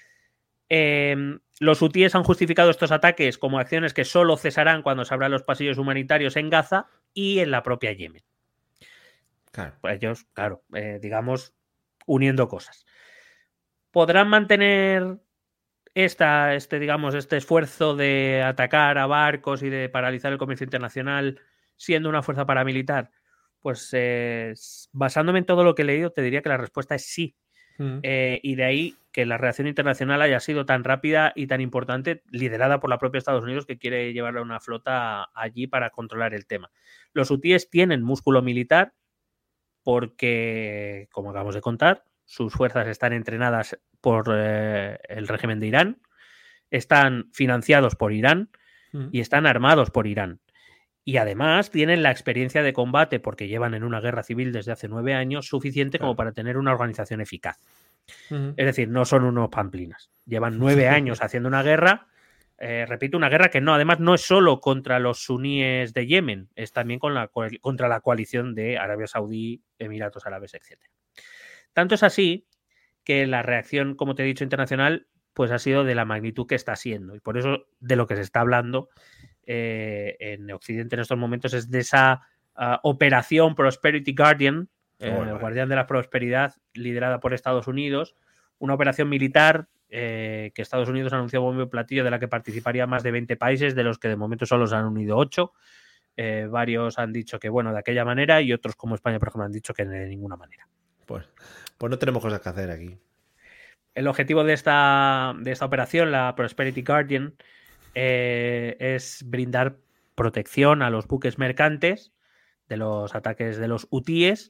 Eh, los hutíes han justificado estos ataques como acciones que solo cesarán cuando se abran los pasillos humanitarios en Gaza y en la propia Yemen. Claro. Pues ellos, claro, eh, digamos, uniendo cosas. ¿Podrán mantener esta, este, digamos, este esfuerzo de atacar a barcos y de paralizar el comercio internacional siendo una fuerza paramilitar? Pues eh, basándome en todo lo que he leído, te diría que la respuesta es sí. Mm. Eh, y de ahí que la reacción internacional haya sido tan rápida y tan importante, liderada por la propia Estados Unidos, que quiere llevarle una flota allí para controlar el tema. Los hutíes tienen músculo militar porque, como acabamos de contar, sus fuerzas están entrenadas por eh, el régimen de Irán, están financiados por Irán mm. y están armados por Irán. Y además tienen la experiencia de combate, porque llevan en una guerra civil desde hace nueve años, suficiente claro. como para tener una organización eficaz. Uh-huh. Es decir, no son unos pamplinas. Llevan nueve años haciendo una guerra, eh, repito, una guerra que no, además no es solo contra los suníes de Yemen, es también con la, contra la coalición de Arabia Saudí, Emiratos Árabes, etcétera. Tanto es así que la reacción, como te he dicho, internacional, pues ha sido de la magnitud que está siendo. Y por eso de lo que se está hablando eh, en Occidente en estos momentos es de esa uh, operación Prosperity Guardian, eh, oh, el Guardián de la Prosperidad, liderada por Estados Unidos, una operación militar eh, que Estados Unidos anunció bombo y platillo, de la que participaría más de veinte países, de los que de momento solo se han unido ocho. Eh, varios han dicho que bueno, de aquella manera, y otros como España, por ejemplo, han dicho que de ninguna manera. Pues, pues no tenemos cosas que hacer aquí. El objetivo de esta, de esta operación, la Prosperity Guardian, eh, es brindar protección a los buques mercantes de los ataques de los hutíes.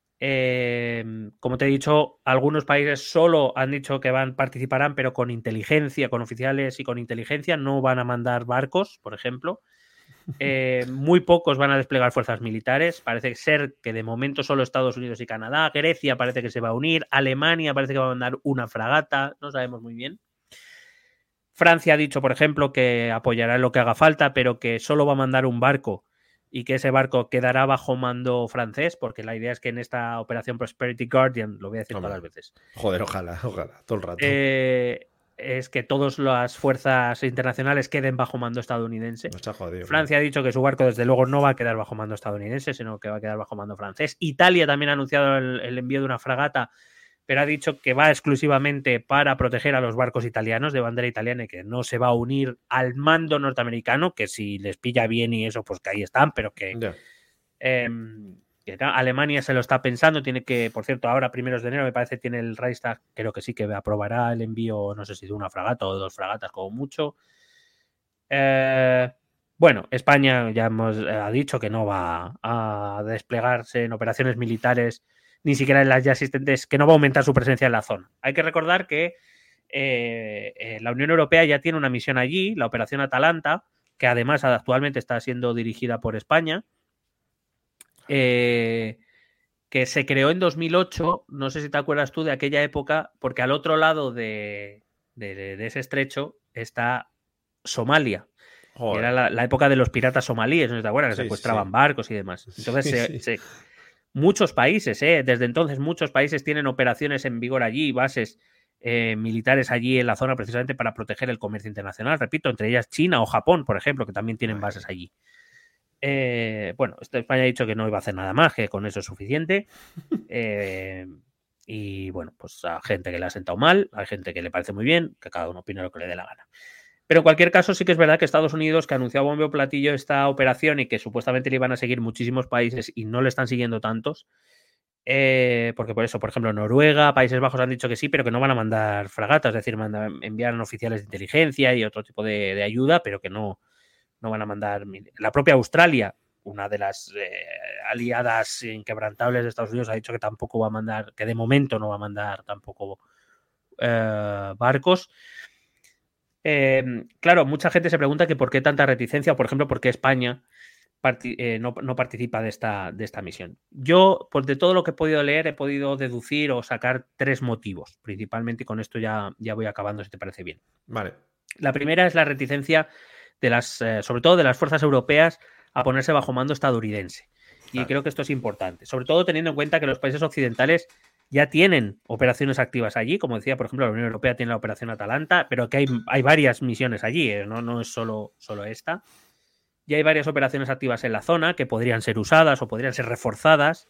Eh, como te he dicho, algunos países solo han dicho que van, participarán, pero con inteligencia, con oficiales y con inteligencia, no van a mandar barcos, por ejemplo. Eh, muy pocos van a desplegar fuerzas militares. Parece ser que de momento solo Estados Unidos y Canadá. Grecia parece que se va a unir. Alemania parece que va a mandar una fragata. No sabemos muy bien. Francia ha dicho, por ejemplo, que apoyará en lo que haga falta, pero que solo va a mandar un barco y que ese barco quedará bajo mando francés, porque la idea es que en esta operación Prosperity Guardian, lo voy a decir todas las veces. Joder, ojalá, ojalá, todo el rato. Eh, es que todas las fuerzas internacionales queden bajo mando estadounidense. No está jodido, Francia ¿no? ha dicho que su barco desde luego no va a quedar bajo mando estadounidense, sino que va a quedar bajo mando francés. Italia también ha anunciado el, el envío de una fragata, pero ha dicho que va exclusivamente para proteger a los barcos italianos de bandera italiana y que no se va a unir al mando norteamericano, que si les pilla bien y eso, pues que ahí están, pero que... Yeah. Eh, Alemania se lo está pensando, tiene que, por cierto, ahora primeros de enero me parece tiene el Reichstag, creo que sí que aprobará el envío, no sé si de una fragata o de dos fragatas como mucho. Eh, bueno, España ya hemos eh, ha dicho que no va a desplegarse en operaciones militares, ni siquiera en las ya existentes, que no va a aumentar su presencia en la zona. Hay que recordar que eh, eh, la Unión Europea ya tiene una misión allí, la Operación Atalanta, que además actualmente está siendo dirigida por España. Eh, que se creó en dos mil ocho, no sé si te acuerdas tú de aquella época, porque al otro lado de, de, de ese estrecho está Somalia. Era la, la época de los piratas somalíes, ¿no te acuerdas? Que sí, secuestraban sí. barcos y demás. Entonces, sí, se, sí. Se, muchos países, ¿eh? desde entonces muchos países tienen operaciones en vigor allí, bases eh, militares allí en la zona precisamente para proteger el comercio internacional. Repito, entre ellas China o Japón, por ejemplo, que también tienen bases allí. Eh, bueno, España ha dicho que no iba a hacer nada más, que con eso es suficiente. Eh, y bueno, pues a gente que le ha sentado mal, a gente que le parece muy bien, que cada uno opine lo que le dé la gana. Pero en cualquier caso sí que es verdad que Estados Unidos, que anunció a bombo y platillo esta operación y que supuestamente le iban a seguir muchísimos países y no le están siguiendo tantos, eh, porque por eso, por ejemplo, Noruega, Países Bajos han dicho que sí, pero que no van a mandar fragatas, es decir, mandan, envían oficiales de inteligencia y otro tipo de, de ayuda, pero que no no van a mandar. La propia Australia, una de las eh, aliadas inquebrantables de Estados Unidos, ha dicho que tampoco va a mandar, que de momento no va a mandar tampoco eh, barcos. Eh, claro, mucha gente se pregunta que por qué tanta reticencia, por ejemplo, por qué España parti- eh, no, no participa de esta, de esta misión. Yo, pues de todo lo que he podido leer, he podido deducir o sacar tres motivos, principalmente, y con esto ya, ya voy acabando, si te parece bien. Vale. La primera es la reticencia de las, eh, sobre todo de las fuerzas europeas, a ponerse bajo mando estadounidense. Y claro, creo que esto es importante, sobre todo teniendo en cuenta que los países occidentales ya tienen operaciones activas allí, como decía, por ejemplo, la Unión Europea tiene la operación Atalanta, pero que hay, hay varias misiones allí, ¿eh? no, no es solo, solo esta. Ya hay varias operaciones activas en la zona que podrían ser usadas o podrían ser reforzadas,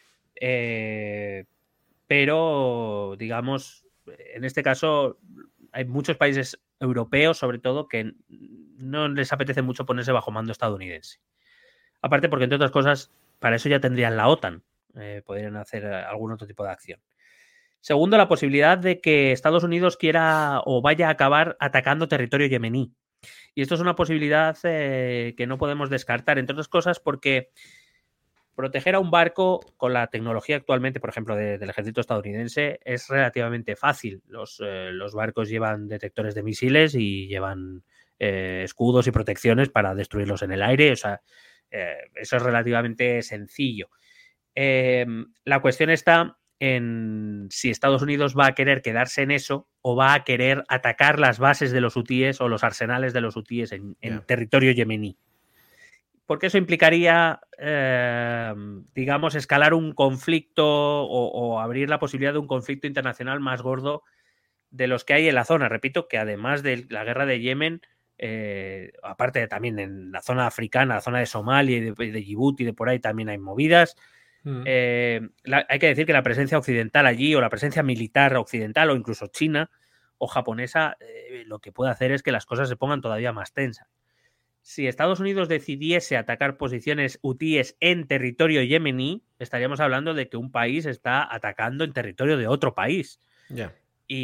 eh, pero, digamos, en este caso hay muchos países europeos, sobre todo, que no les apetece mucho ponerse bajo mando estadounidense. Aparte porque, entre otras cosas, para eso ya tendrían la OTAN. Eh, podrían hacer algún otro tipo de acción. Segundo, la posibilidad de que Estados Unidos quiera o vaya a acabar atacando territorio yemení. Y esto es una posibilidad eh, que no podemos descartar, entre otras cosas porque proteger a un barco con la tecnología actualmente, por ejemplo, de, del ejército estadounidense, es relativamente fácil. Los, eh, los barcos llevan detectores de misiles y llevan eh, escudos y protecciones para destruirlos en el aire. O sea, eh, eso es relativamente sencillo. Eh, la cuestión está en si Estados Unidos va a querer quedarse en eso o va a querer atacar las bases de los hutíes o los arsenales de los hutíes en, en yeah. territorio yemení. Porque eso implicaría, eh, digamos, escalar un conflicto o, o abrir la posibilidad de un conflicto internacional más gordo de los que hay en la zona. Repito que además de la guerra de Yemen, eh, aparte de también en la zona africana, la zona de Somalia y de, de Djibouti, de por ahí también hay movidas. Mm. Eh, la, hay que decir que la presencia occidental allí o la presencia militar occidental o incluso china o japonesa, eh, lo que puede hacer es que las cosas se pongan todavía más tensas. Si Estados Unidos decidiese atacar posiciones hutíes en territorio yemení, estaríamos hablando de que un país está atacando en territorio de otro país. Yeah.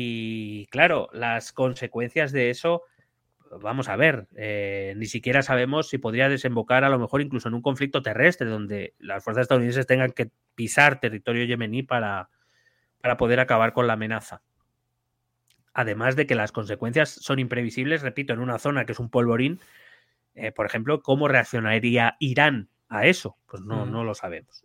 Y claro, las consecuencias de eso, vamos a ver, eh, ni siquiera sabemos si podría desembocar a lo mejor incluso en un conflicto terrestre donde las fuerzas estadounidenses tengan que pisar territorio yemení para, para poder acabar con la amenaza. Además de que las consecuencias son imprevisibles, repito, en una zona que es un polvorín. Eh, por ejemplo, ¿cómo reaccionaría Irán a eso? Pues no, mm. no lo sabemos.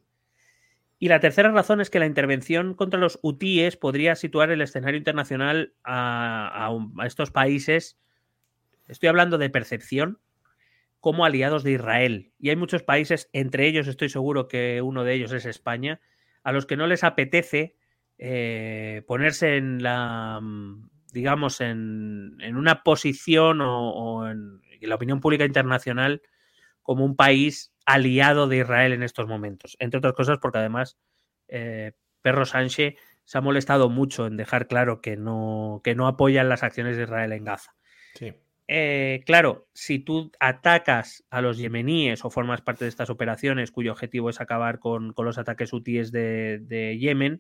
Y la tercera razón es que la intervención contra los hutíes podría situar el escenario internacional a, a, a estos países, estoy hablando de percepción, como aliados de Israel. Y hay muchos países, entre ellos estoy seguro que uno de ellos es España, a los que no les apetece eh, ponerse en la, digamos, en, en una posición o, o en la opinión pública internacional como un país aliado de Israel en estos momentos. Entre otras cosas porque además eh, Pedro Sánchez se ha molestado mucho en dejar claro que no, que no apoyan las acciones de Israel en Gaza. Sí. Eh, claro, si tú atacas a los yemeníes o formas parte de estas operaciones cuyo objetivo es acabar con, con los ataques hutíes de, de Yemen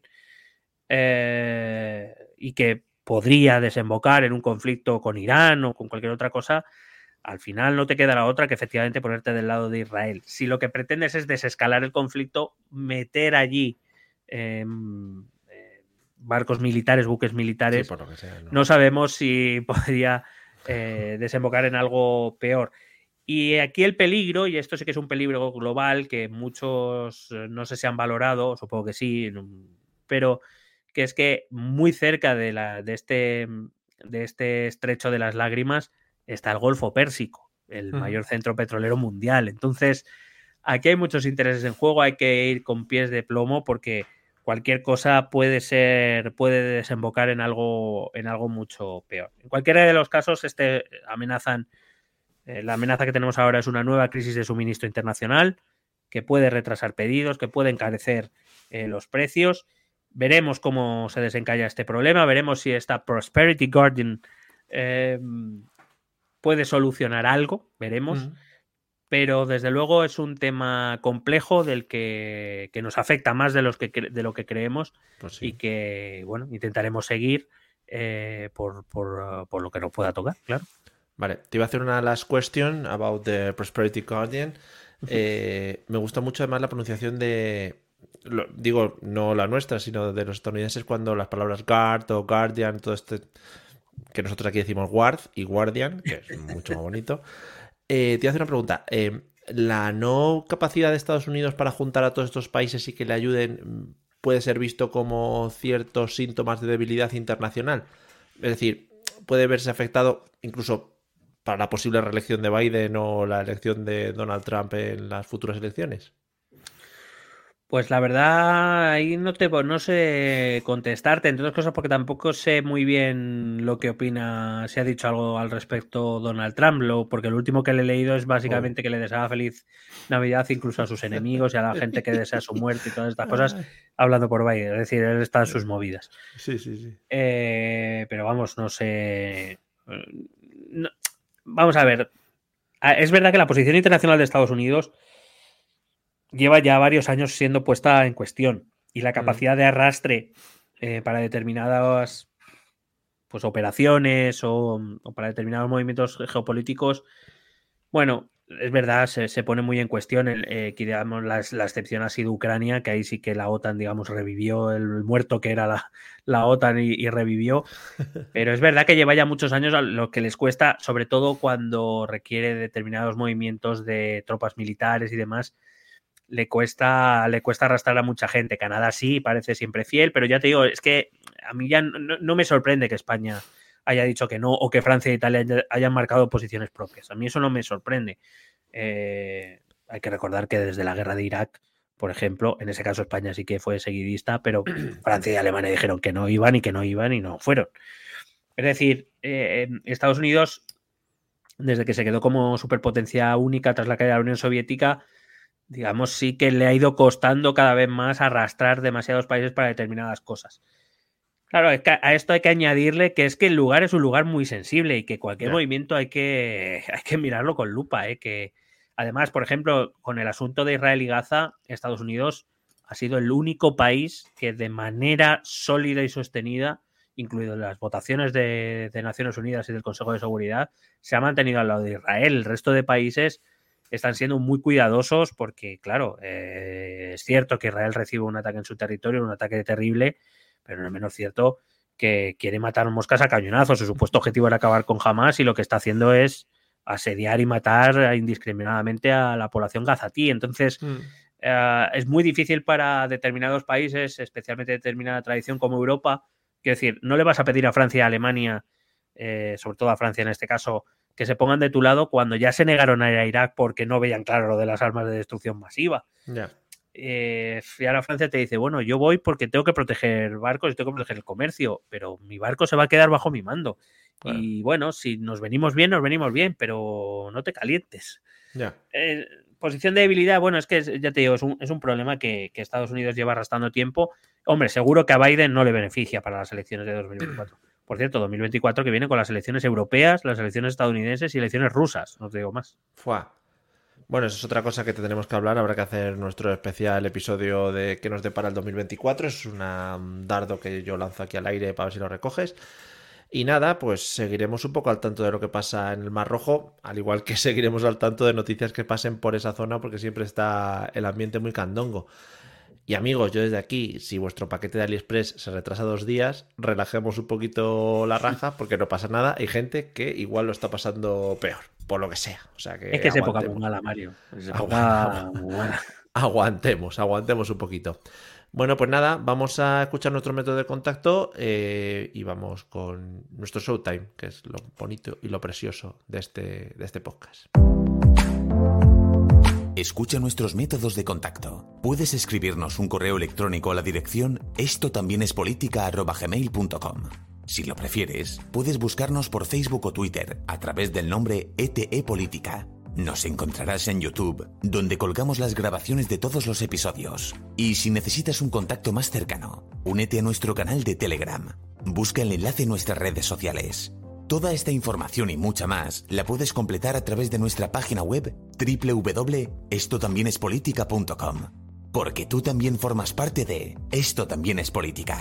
eh, y que podría desembocar en un conflicto con Irán o con cualquier otra cosa, al final no te queda la otra que efectivamente ponerte del lado de Israel. Si lo que pretendes es desescalar el conflicto, meter allí eh, eh, barcos militares, buques militares, sí, por lo que sea, ¿no? no sabemos si podría eh, desembocar en algo peor. Y aquí el peligro, y esto sí que es un peligro global que muchos no sé si han valorado, supongo que sí, pero que es que muy cerca de, la, de, este, de este estrecho de las lágrimas está el Golfo Pérsico, el uh-huh. mayor centro petrolero mundial. Entonces, aquí hay muchos intereses en juego, hay que ir con pies de plomo porque cualquier cosa puede ser, puede desembocar en algo, en algo mucho peor. En cualquiera de los casos, este amenazan, eh, la amenaza que tenemos ahora es una nueva crisis de suministro internacional que puede retrasar pedidos, que puede encarecer eh, los precios. Veremos cómo se desencalla este problema, veremos si esta Prosperity Guardian eh, puede solucionar algo, veremos, uh-huh. pero desde luego es un tema complejo del que, que nos afecta más de, los que, de lo que creemos pues sí. y que, bueno, intentaremos seguir eh, por, por, por lo que nos pueda tocar, claro. Vale, te iba a hacer una last question about the Prosperity Guardian. Eh, me gusta mucho además la pronunciación de, lo, digo, no la nuestra, sino de los estadounidenses cuando las palabras guard o guardian, todo este... que nosotros aquí decimos guard y guardian, que es mucho más bonito. Eh, te voy a hacer una pregunta. Eh, ¿La no capacidad de Estados Unidos para juntar a todos estos países y que le ayuden puede ser visto como ciertos síntomas de debilidad internacional? Es decir, puede verse afectado incluso para la posible reelección de Biden o la elección de Donald Trump en las futuras elecciones. Pues la verdad, ahí no te no sé contestarte, entre otras cosas porque tampoco sé muy bien lo que opina, si ha dicho algo al respecto Donald Trump, lo, porque lo último que le he leído es básicamente oh. que le deseaba feliz Navidad incluso a sus enemigos y a la gente que desea su muerte y todas estas cosas, hablando por Biden, es decir, él está en sus movidas. Sí, sí, sí. Eh, pero vamos, no sé... No, vamos a ver, es verdad que la posición internacional de Estados Unidos lleva ya varios años siendo puesta en cuestión y la capacidad de arrastre eh, para determinadas pues operaciones o, o para determinados movimientos geopolíticos, bueno, es verdad, se, se pone muy en cuestión el, eh, que digamos la, la excepción ha sido Ucrania, que ahí sí que la OTAN, digamos, revivió el muerto que era la, la OTAN y, y revivió. Pero es verdad que lleva ya muchos años a lo que les cuesta, sobre todo cuando requiere determinados movimientos de tropas militares y demás, le cuesta, le cuesta arrastrar a mucha gente. Canadá sí, parece siempre fiel, pero ya te digo, es que a mí ya no, no me sorprende que España haya dicho que no o que Francia e Italia hayan marcado posiciones propias. A mí eso no me sorprende. Eh, hay que recordar que desde la guerra de Irak, por ejemplo, en ese caso España sí que fue seguidista, pero Francia y Alemania dijeron que no iban y que no iban y no fueron. Es decir, eh, Estados Unidos, desde que se quedó como superpotencia única tras la caída de la Unión Soviética, digamos, sí que le ha ido costando cada vez más arrastrar demasiados países para determinadas cosas. Claro, es que a esto hay que añadirle que es que el lugar es un lugar muy sensible y que cualquier yeah. movimiento hay que, hay que mirarlo con lupa, ¿eh? Que además, por ejemplo, con el asunto de Israel y Gaza, Estados Unidos ha sido el único país que de manera sólida y sostenida, incluido las votaciones de, de Naciones Unidas y del Consejo de Seguridad, se ha mantenido al lado de Israel. El resto de países están siendo muy cuidadosos porque, claro, eh, es cierto que Israel recibe un ataque en su territorio, un ataque terrible, pero no es menos cierto que quiere matar moscas a cañonazos. Su supuesto objetivo era acabar con Hamas y lo que está haciendo es asediar y matar indiscriminadamente a la población gazatí. Entonces, mm. eh, es muy difícil para determinados países, especialmente determinada tradición como Europa. Quiero decir, no le vas a pedir a Francia y a Alemania, eh, sobre todo a Francia en este caso, que se pongan de tu lado cuando ya se negaron a ir a Irak porque no veían claro lo de las armas de destrucción masiva. Yeah. Eh, y ahora Francia te dice, bueno, yo voy porque tengo que proteger barcos y tengo que proteger el comercio, pero mi barco se va a quedar bajo mi mando. Claro. Y bueno, si nos venimos bien, nos venimos bien, pero no te calientes. Yeah. Eh, posición de debilidad, bueno, es que ya te digo, es un, es un problema que, que Estados Unidos lleva arrastrando tiempo. Hombre, seguro que a Biden no le beneficia para las elecciones de dos mil veinticuatro. Por cierto, dos mil veinticuatro que viene con las elecciones europeas, las elecciones estadounidenses y elecciones rusas, no te digo más. Fua. Bueno, eso es otra cosa que tendremos que hablar. Habrá que hacer nuestro especial episodio de qué nos depara el dos mil veinticuatro. Es una, un dardo que yo lanzo aquí al aire para ver si lo recoges. Y nada, pues seguiremos un poco al tanto de lo que pasa en el Mar Rojo, al igual que seguiremos al tanto de noticias que pasen por esa zona, porque siempre está el ambiente muy candongo. Y amigos, yo desde aquí, si vuestro paquete de AliExpress se retrasa dos días, relajemos un poquito la raja, porque no pasa nada. Hay gente que igual lo está pasando peor, por lo que sea. O sea que es que es época muy mala, Mario. Es época muy mala. Aguantemos, aguantemos un poquito. Bueno, pues nada, vamos a escuchar nuestro método de contacto eh, y vamos con nuestro Showtime, que es lo bonito y lo precioso de este, de este podcast. Escucha nuestros métodos de contacto. Puedes escribirnos un correo electrónico a la dirección esto también es política arroba gmail punto com. Si lo prefieres, puedes buscarnos por Facebook o Twitter a través del nombre E T E Política. Nos encontrarás en YouTube, donde colgamos las grabaciones de todos los episodios. Y si necesitas un contacto más cercano, únete a nuestro canal de Telegram. Busca el enlace en nuestras redes sociales. Toda esta información y mucha más la puedes completar a través de nuestra página web doble u doble u doble u punto esto también es política punto com. Porque tú también formas parte de Esto también es política.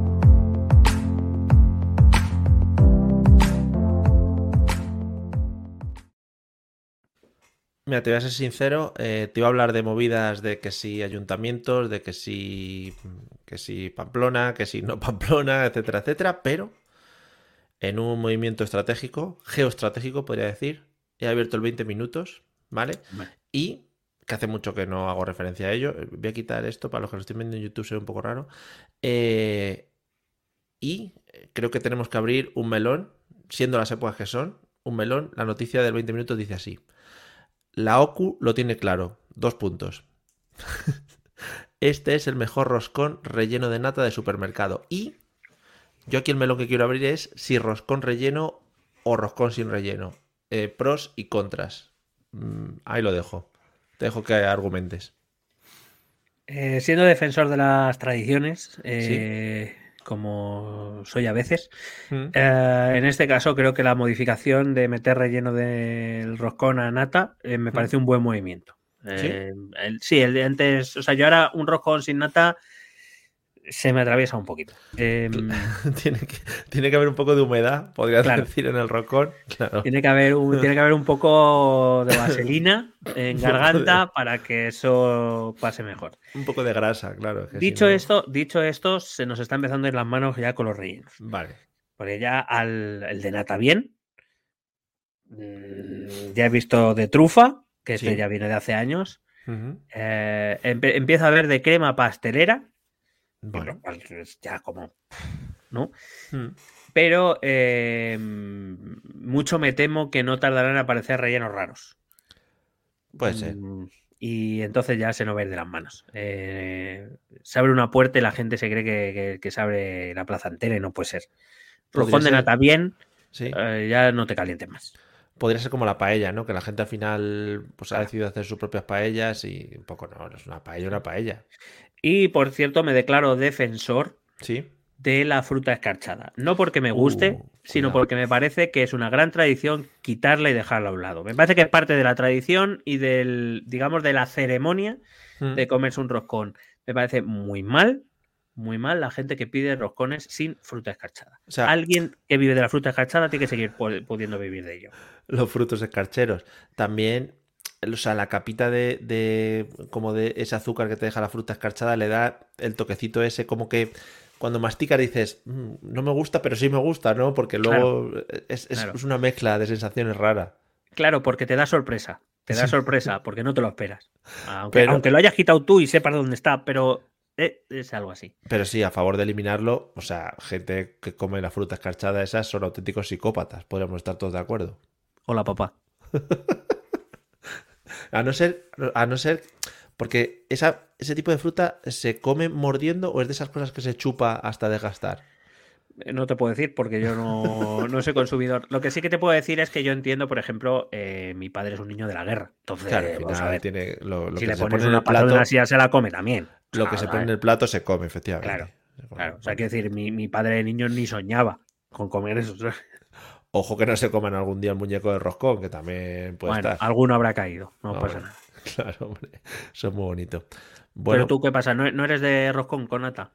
Mira, te voy a ser sincero, eh, te iba a hablar de movidas de que si ayuntamientos, de que si, que si Pamplona, que si no Pamplona, etcétera, etcétera, pero en un movimiento estratégico, geoestratégico podría decir, he abierto el veinte minutos, ¿vale? Vale. Y, que hace mucho que no hago referencia a ello, voy a quitar esto, para los que lo estoy viendo en YouTube se ve un poco raro, eh, y creo que tenemos que abrir un melón, siendo las épocas que son, un melón, la noticia del veinte minutos dice así: la O C U lo tiene claro, dos puntos. Este es el mejor roscón relleno de nata de supermercado. Y yo aquí el melón que quiero abrir es si roscón relleno o roscón sin relleno. Eh, pros y contras. Mm, ahí lo dejo. Te dejo que argumentes. Eh, siendo defensor de las tradiciones, eh, ¿sí? Como soy a veces, mm. eh, en este caso creo que la modificación de meter relleno del roscón a nata eh, me parece mm. un buen movimiento. Eh, ¿Sí? El, sí, el de antes, o sea, yo ahora un roscón sin nata se me atraviesa un poquito. Eh, tiene, que, tiene que haber un poco de humedad, podrías claro. decir, en el roscón. Claro. Tiene que haber un, tiene que haber un poco de vaselina en garganta de... para que eso pase mejor. Un poco de grasa, claro. Que dicho, si no... esto, dicho esto, se nos está empezando a ir las manos ya con los rellenos. Vale. Porque ya al el de nata bien. Ya he visto de trufa, que este sí. ya viene de hace años. Uh-huh. Eh, empe- empiezo a ver de crema pastelera. Bueno, es ya como, ¿no? Hmm. Pero eh, mucho me temo que no tardarán en aparecer rellenos raros. Puede ser. Y entonces ya se nos va a ir de las manos. Eh, se abre una puerta y la gente se cree que, que, que se abre la plaza entera y no puede ser. Rojón de nata bien, sí. eh, ya no te calientes más. Podría ser como la paella, ¿no? Que la gente al final pues, ha decidido hacer sus propias paellas y un poco no, no es una paella, una paella. Y, por cierto, me declaro defensor ¿Sí? de la fruta escarchada. No porque me guste, uh, sino porque me parece que es una gran tradición quitarla y dejarla a un lado. Me parece que es parte de la tradición y del, digamos, de la ceremonia mm. de comerse un roscón. Me parece muy mal, muy mal la gente que pide roscones sin fruta escarchada. O sea, alguien que vive de la fruta escarchada tiene que seguir pudiendo vivir de ello. Los frutos escarcheros. También... O sea, la capita de, de como de ese azúcar que te deja la fruta escarchada le da el toquecito ese como que cuando masticas dices mmm, no me gusta, pero sí me gusta, ¿no? Porque luego claro, es, es, claro. es una mezcla de sensaciones rara. Claro, porque te da sorpresa. Te da sí. sorpresa porque no te lo esperas. Aunque, pero, aunque lo hayas quitado tú y sepas dónde está, pero eh, es algo así. Pero sí, a favor de eliminarlo, o sea, gente que come la fruta escarchada esas son auténticos psicópatas. Podríamos estar todos de acuerdo. Hola, papá. A no ser, a no ser, porque esa, ese tipo de fruta se come mordiendo o es de esas cosas que se chupa hasta desgastar. No te puedo decir porque yo no, no soy consumidor. Lo que sí que te puedo decir es que yo entiendo, por ejemplo, eh, mi padre es un niño de la guerra. Entonces, claro, al final, a ver, tiene lo, lo si que le se pones pone una en el plato, patata así, se la come también. Lo que ah, se pone en el plato se come, efectivamente. Claro, claro. O sea, quiero decir, mi, mi padre de niño ni soñaba con comer eso. Ojo que no se coman algún día el muñeco de roscón, que también puede bueno, estar. Alguno habrá caído, no, no pasa nada. Claro, hombre, eso es muy bonito. Bueno, pero tú, ¿qué pasa? ¿No, ¿No eres de roscón con nata?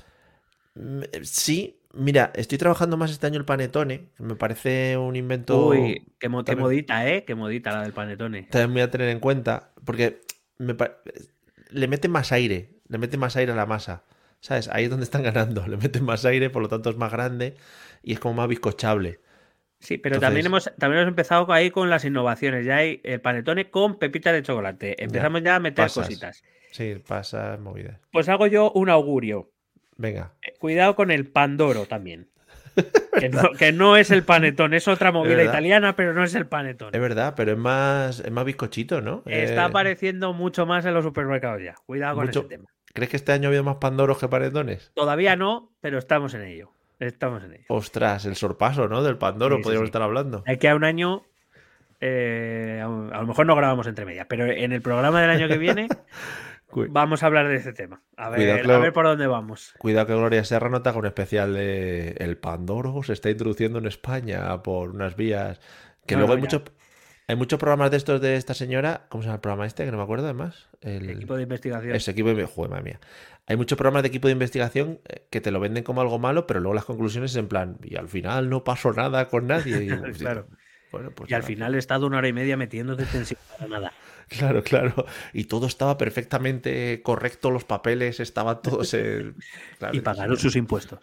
Sí, mira, estoy trabajando más este año el panetone. Me parece un invento... Uy, qué, mo qué modita, ¿eh? Qué modita la del panetone. También voy a tener en cuenta, porque me le mete más aire, le mete más aire a la masa. ¿Sabes? Ahí es donde están ganando. Le meten más aire, por lo tanto es más grande y es como más bizcochable. Sí, pero Entonces, también hemos también hemos empezado ahí con las innovaciones. Ya hay el panetone con pepita de chocolate. Empezamos ya, ya a meter pasas. cositas. Sí, pasas movidas. Pues hago yo un augurio. Venga. Eh, cuidado con el pandoro también. que, no, que no es el panetón, es otra movida ¿Es italiana, pero no es el panetón. Es verdad, pero es más, es más bizcochito, ¿no? Está eh... apareciendo mucho más en los supermercados ya. Cuidado con mucho... ese tema. ¿Crees que este año ha habido más pandoros que panetones? Todavía no, pero estamos en ello. Estamos en ello. Ostras, el sorpaso, ¿no? Del Pandoro, sí, podríamos sí, sí. estar hablando. Hay que a un año, eh, a lo mejor no grabamos entre medias, pero en el programa del año que viene vamos a hablar de ese tema. A ver, cuidado, a ver por dónde vamos. Cuidado que Gloria Serra no te haga un especial de el Pandoro se está introduciendo en España por unas vías que no, luego no, hay muchos... Hay muchos programas de estos de esta señora. ¿Cómo se llama el programa este? Que no me acuerdo además. El, el equipo de investigación. Ese equipo de... Joder, madre mía. Hay muchos programas de equipo de investigación que te lo venden como algo malo, pero luego las conclusiones es en plan, y al final no pasó nada con nadie. Y, claro. Bueno, pues y al final he estado una hora y media metiéndote tensión para nada. Claro, claro. Y todo estaba perfectamente correcto, los papeles estaban todos... Eh... Claro, y pagaron sus impuestos.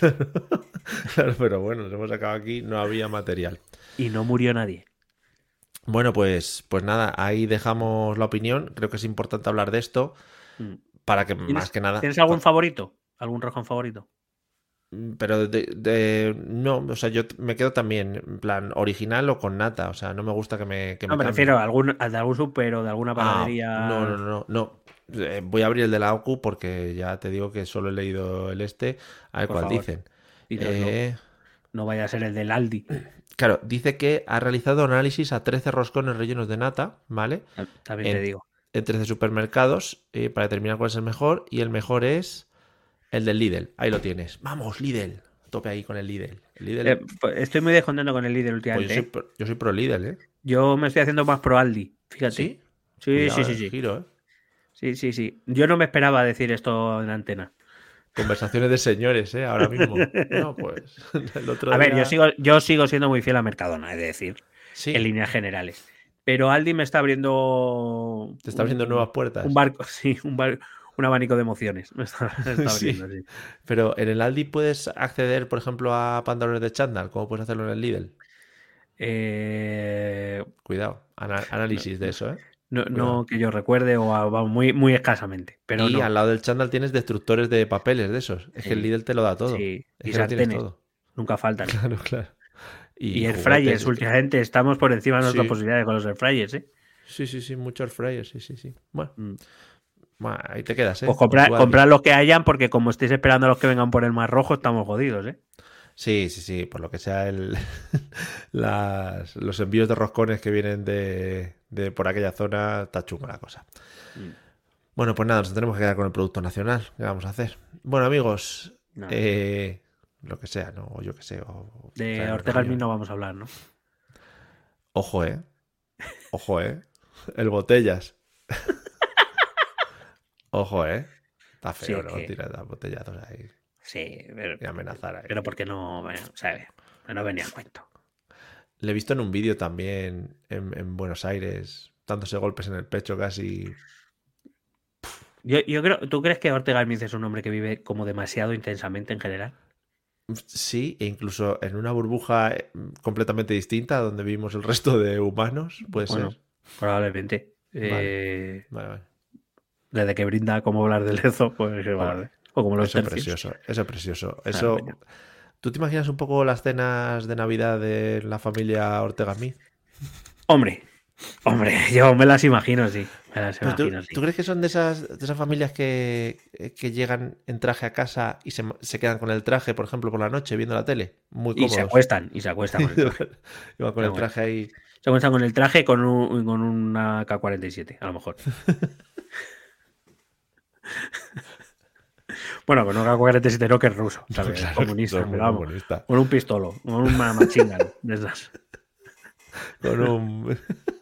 Claro, pero bueno, nos hemos acabado aquí, no había material. Y no murió nadie. Bueno, pues, pues nada, ahí dejamos la opinión. Creo que es importante hablar de esto para que más que nada... ¿Tienes algún favorito? ¿Algún roscón favorito? Pero de, de, no, o sea, yo me quedo también en plan original o con nata. O sea, no me gusta que me... Que no, me, me refiero a algún, de algún súper o de alguna panadería. Ah, no, no, no, no. Eh, voy a abrir el de la O Q porque ya te digo que solo he leído el este. A ver Por cuál favor. dicen. Eh... No, no vaya a ser el del Aldi. Claro, dice que ha realizado análisis a trece roscones rellenos de nata, ¿vale? También en, te digo. En trece supermercados eh, para determinar cuál es el mejor. Y el mejor es el del Lidl. Ahí lo tienes. Vamos, Lidl. Tope ahí con el Lidl. El Lidl... Eh, estoy muy descontento con el Lidl últimamente. Pues yo, soy pro, yo soy pro Lidl, ¿eh? Yo me estoy haciendo más pro Aldi, fíjate. ¿Sí? Sí, Cuidado, sí, sí, sí. Giro, ¿eh? Sí, sí, sí. Yo no me esperaba decir esto en la antena. Conversaciones de señores, ¿eh? Ahora mismo. No, pues. El otro a día... ver, yo sigo, yo sigo siendo muy fiel a Mercadona, es decir, sí. en líneas generales. Pero Aldi me está abriendo. Te está abriendo un, nuevas puertas. Un barco, sí, un, bar, un abanico de emociones. Me está, me está abriendo, sí. sí. Pero en el Aldi puedes acceder, por ejemplo, a pantalones de chándal, como puedes hacerlo en el Lidl. Eh... Cuidado, Ana análisis no, de eso, ¿eh? No, no que yo recuerde o a, muy, muy escasamente. Pero y no. al lado del chándal tienes destructores de papeles de esos. Es sí. que el Lidl te lo da todo. Sí. Es y que sartenes. Lo tienes todo. Nunca faltan. Claro, claro. Y, y airfryers, últimamente estamos por encima de nuestras sí. posibilidades con los airfryers, ¿eh? Sí, sí, sí, muchos airfryers, sí, sí, sí. Bueno, mm. bueno ahí te quedas, ¿eh? Pues comprar, comprar los que hayan, porque como estéis esperando a los que vengan por el Mar Rojo, estamos jodidos, ¿eh? Sí, sí, sí, por lo que sea el las, los envíos de roscones que vienen de, de por aquella zona, está chunga la cosa. Mm. Bueno, pues nada, nos tenemos que quedar con el producto nacional. ¿Qué vamos a hacer? Bueno, amigos, no. eh, lo que sea, ¿no? O yo que sé. O, de o sea, Ortega Smith no vamos a hablar, ¿no? Ojo, ¿eh? Ojo, ¿eh? El Botellas. Ojo, ¿eh? Está feo, sí, ¿no? Que... Tirar las botellazos ahí. Sí, pero, y amenazar ahí. Pero porque no, bueno, ¿sabes? No venía a cuento. Le he visto en un vídeo también en, en Buenos Aires, dándose golpes en el pecho casi. Yo, yo creo, ¿tú crees que Ortega Smith es un hombre que vive como demasiado intensamente en general? Sí, e incluso en una burbuja completamente distinta donde vivimos el resto de humanos, puede bueno, ser. Probablemente. Vale, eh, vale, vale. Desde que brinda como hablar del Lezo, pues vale. O como los eso es tercios. precioso, eso es precioso. Eso, ah, ¿tú te imaginas un poco las cenas de Navidad de la familia Ortega Smith? Hombre, hombre, yo me las imagino, sí. Me las imagino, ¿tú, sí. ¿Tú crees que son de esas, de esas familias que, que llegan en traje a casa y se, se quedan con el traje, por ejemplo, por la noche viendo la tele? Muy cómodos. Y se acuestan, y se acuestan con el traje. Iban con el traje ahí. Se acuestan con el traje con, un, con una K cuarenta y siete, a lo mejor. Bueno, con un K cuarenta y siete no, que es ruso, ¿sabes? Claro, comunista, no, pero vamos, comunista. Con un pistolo, con una machine gun de esas. Con un...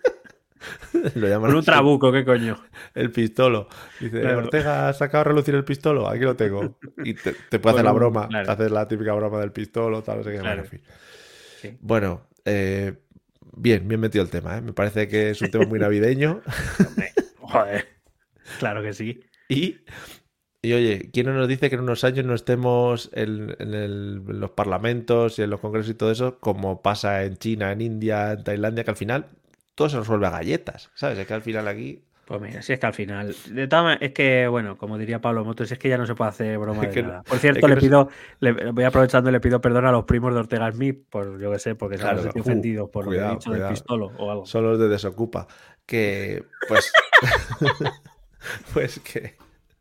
Lo llaman con un trabuco, ¿qué coño? El pistolo. Dice, claro. Ortega ha sacado a relucir el pistolo, aquí lo tengo. Y te, te puede hacer la broma, claro. Te haces la típica broma del pistolo, tal, no sé qué. Claro. Bueno, en fin. Sí. Bueno, eh, bien, bien metido el tema, ¿eh? Me parece que es un tema muy navideño. Hombre, joder, claro que sí. Y... Y oye, ¿quién no nos dice que en unos años no estemos en, en, el, en los parlamentos y en los congresos y todo eso, como pasa en China, en India, en Tailandia, que al final todo se resuelve a galletas, ¿sabes? Es que al final aquí... Pues mira, si es que al final... De todas maneras, es que, bueno, como diría Pablo Motos, es que ya no se puede hacer broma de nada. Por cierto, le pido, le voy aprovechando y le pido perdón a los primos de Ortega Smith, por yo que sé, porque claro, se han sentido uh, ofendidos por cuidado, lo que he dicho cuidado. Del pistolo o algo. Son los de Desocupa. Que, pues... pues que...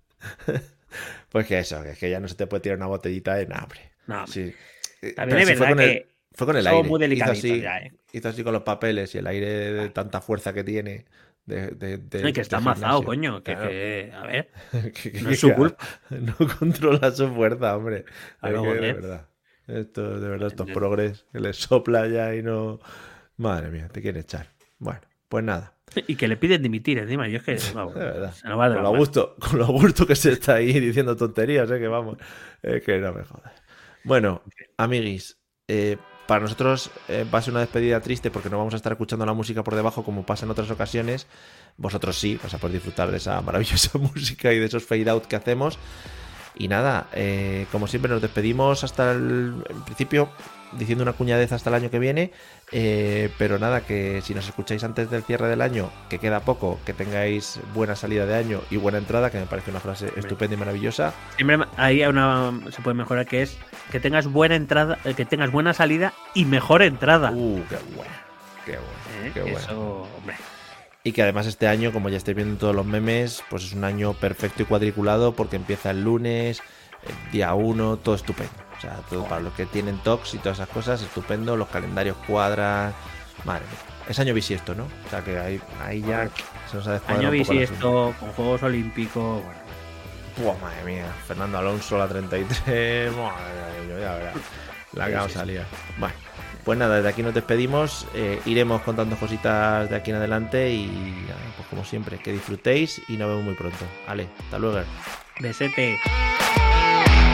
Pues que eso, que, es que ya no se te puede tirar una botellita de nada, hombre. No, sí. También es verdad que el, fue con el aire. Muy hizo, así, ya, ¿eh? hizo así con los papeles y el aire de tanta fuerza que tiene. De, de, de, no, que está amazado, coño. Que, claro. que, a ver, que, que, no es su culpa. No controla su fuerza, hombre. Claro, es que, de verdad. Esto, de verdad, estos progres que les sopla ya y no... Madre mía, te quieren echar. Bueno, pues nada. Y que le piden dimitir encima. Yo es que no, de verdad. Se nos va de con, lo gusto, con lo gusto que se está ahí diciendo tonterías, ¿eh? Que vamos. Es que no me jodas. Bueno, amiguis, eh, para nosotros eh, va a ser una despedida triste porque no vamos a estar escuchando la música por debajo como pasa en otras ocasiones. Vosotros sí, vas a poder disfrutar de esa maravillosa música y de esos fade out que hacemos. Y nada, eh, como siempre nos despedimos hasta el en principio diciendo una cuñadez hasta el año que viene, eh, pero nada, que si nos escucháis antes del cierre del año, que queda poco, que tengáis buena salida de año y buena entrada, que me parece una frase estupenda y maravillosa. Siempre ahí hay una, se puede mejorar, que es que tengas buena entrada, que tengas buena salida y mejor entrada. Uh, qué bueno, qué bueno, ¿Eh? qué bueno. Eso, hombre. Y que además este año, como ya estáis viendo en todos los memes, pues es un año perfecto y cuadriculado porque empieza el lunes, el día uno, todo estupendo. O sea, todo para los que tienen tocs y todas esas cosas, estupendo, los calendarios cuadran. Madre mía. Es año bisiesto, ¿no? O sea que ahí, ahí ya se nos ha descuadrado año un poco bisiesto, con Juegos Olímpicos, bueno. Buah, madre mía. Fernando Alonso, la treinta y tres. Madre mía, ya verás. La que vamos a liar. Bueno, pues nada, desde aquí nos despedimos. Eh, iremos contando cositas de aquí en adelante y nada, pues como siempre, que disfrutéis y nos vemos muy pronto. Vale, hasta luego. Besete.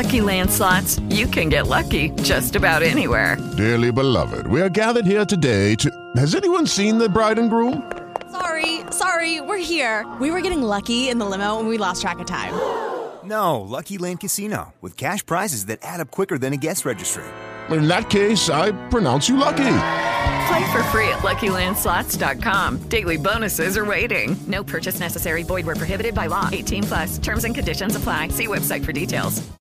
Lucky Land Slots, you can get lucky just about anywhere. Dearly beloved, we are gathered here today to... Has anyone seen the bride and groom? Sorry, sorry, we're here. We were getting lucky in the limo and we lost track of time. No, Lucky Land Casino, with cash prizes that add up quicker than a guest registry. In that case, I pronounce you lucky. Play for free at Lucky Land Slots dot com. Daily bonuses are waiting. No purchase necessary. Void where prohibited by law. eighteen plus. Terms and conditions apply. See website for details.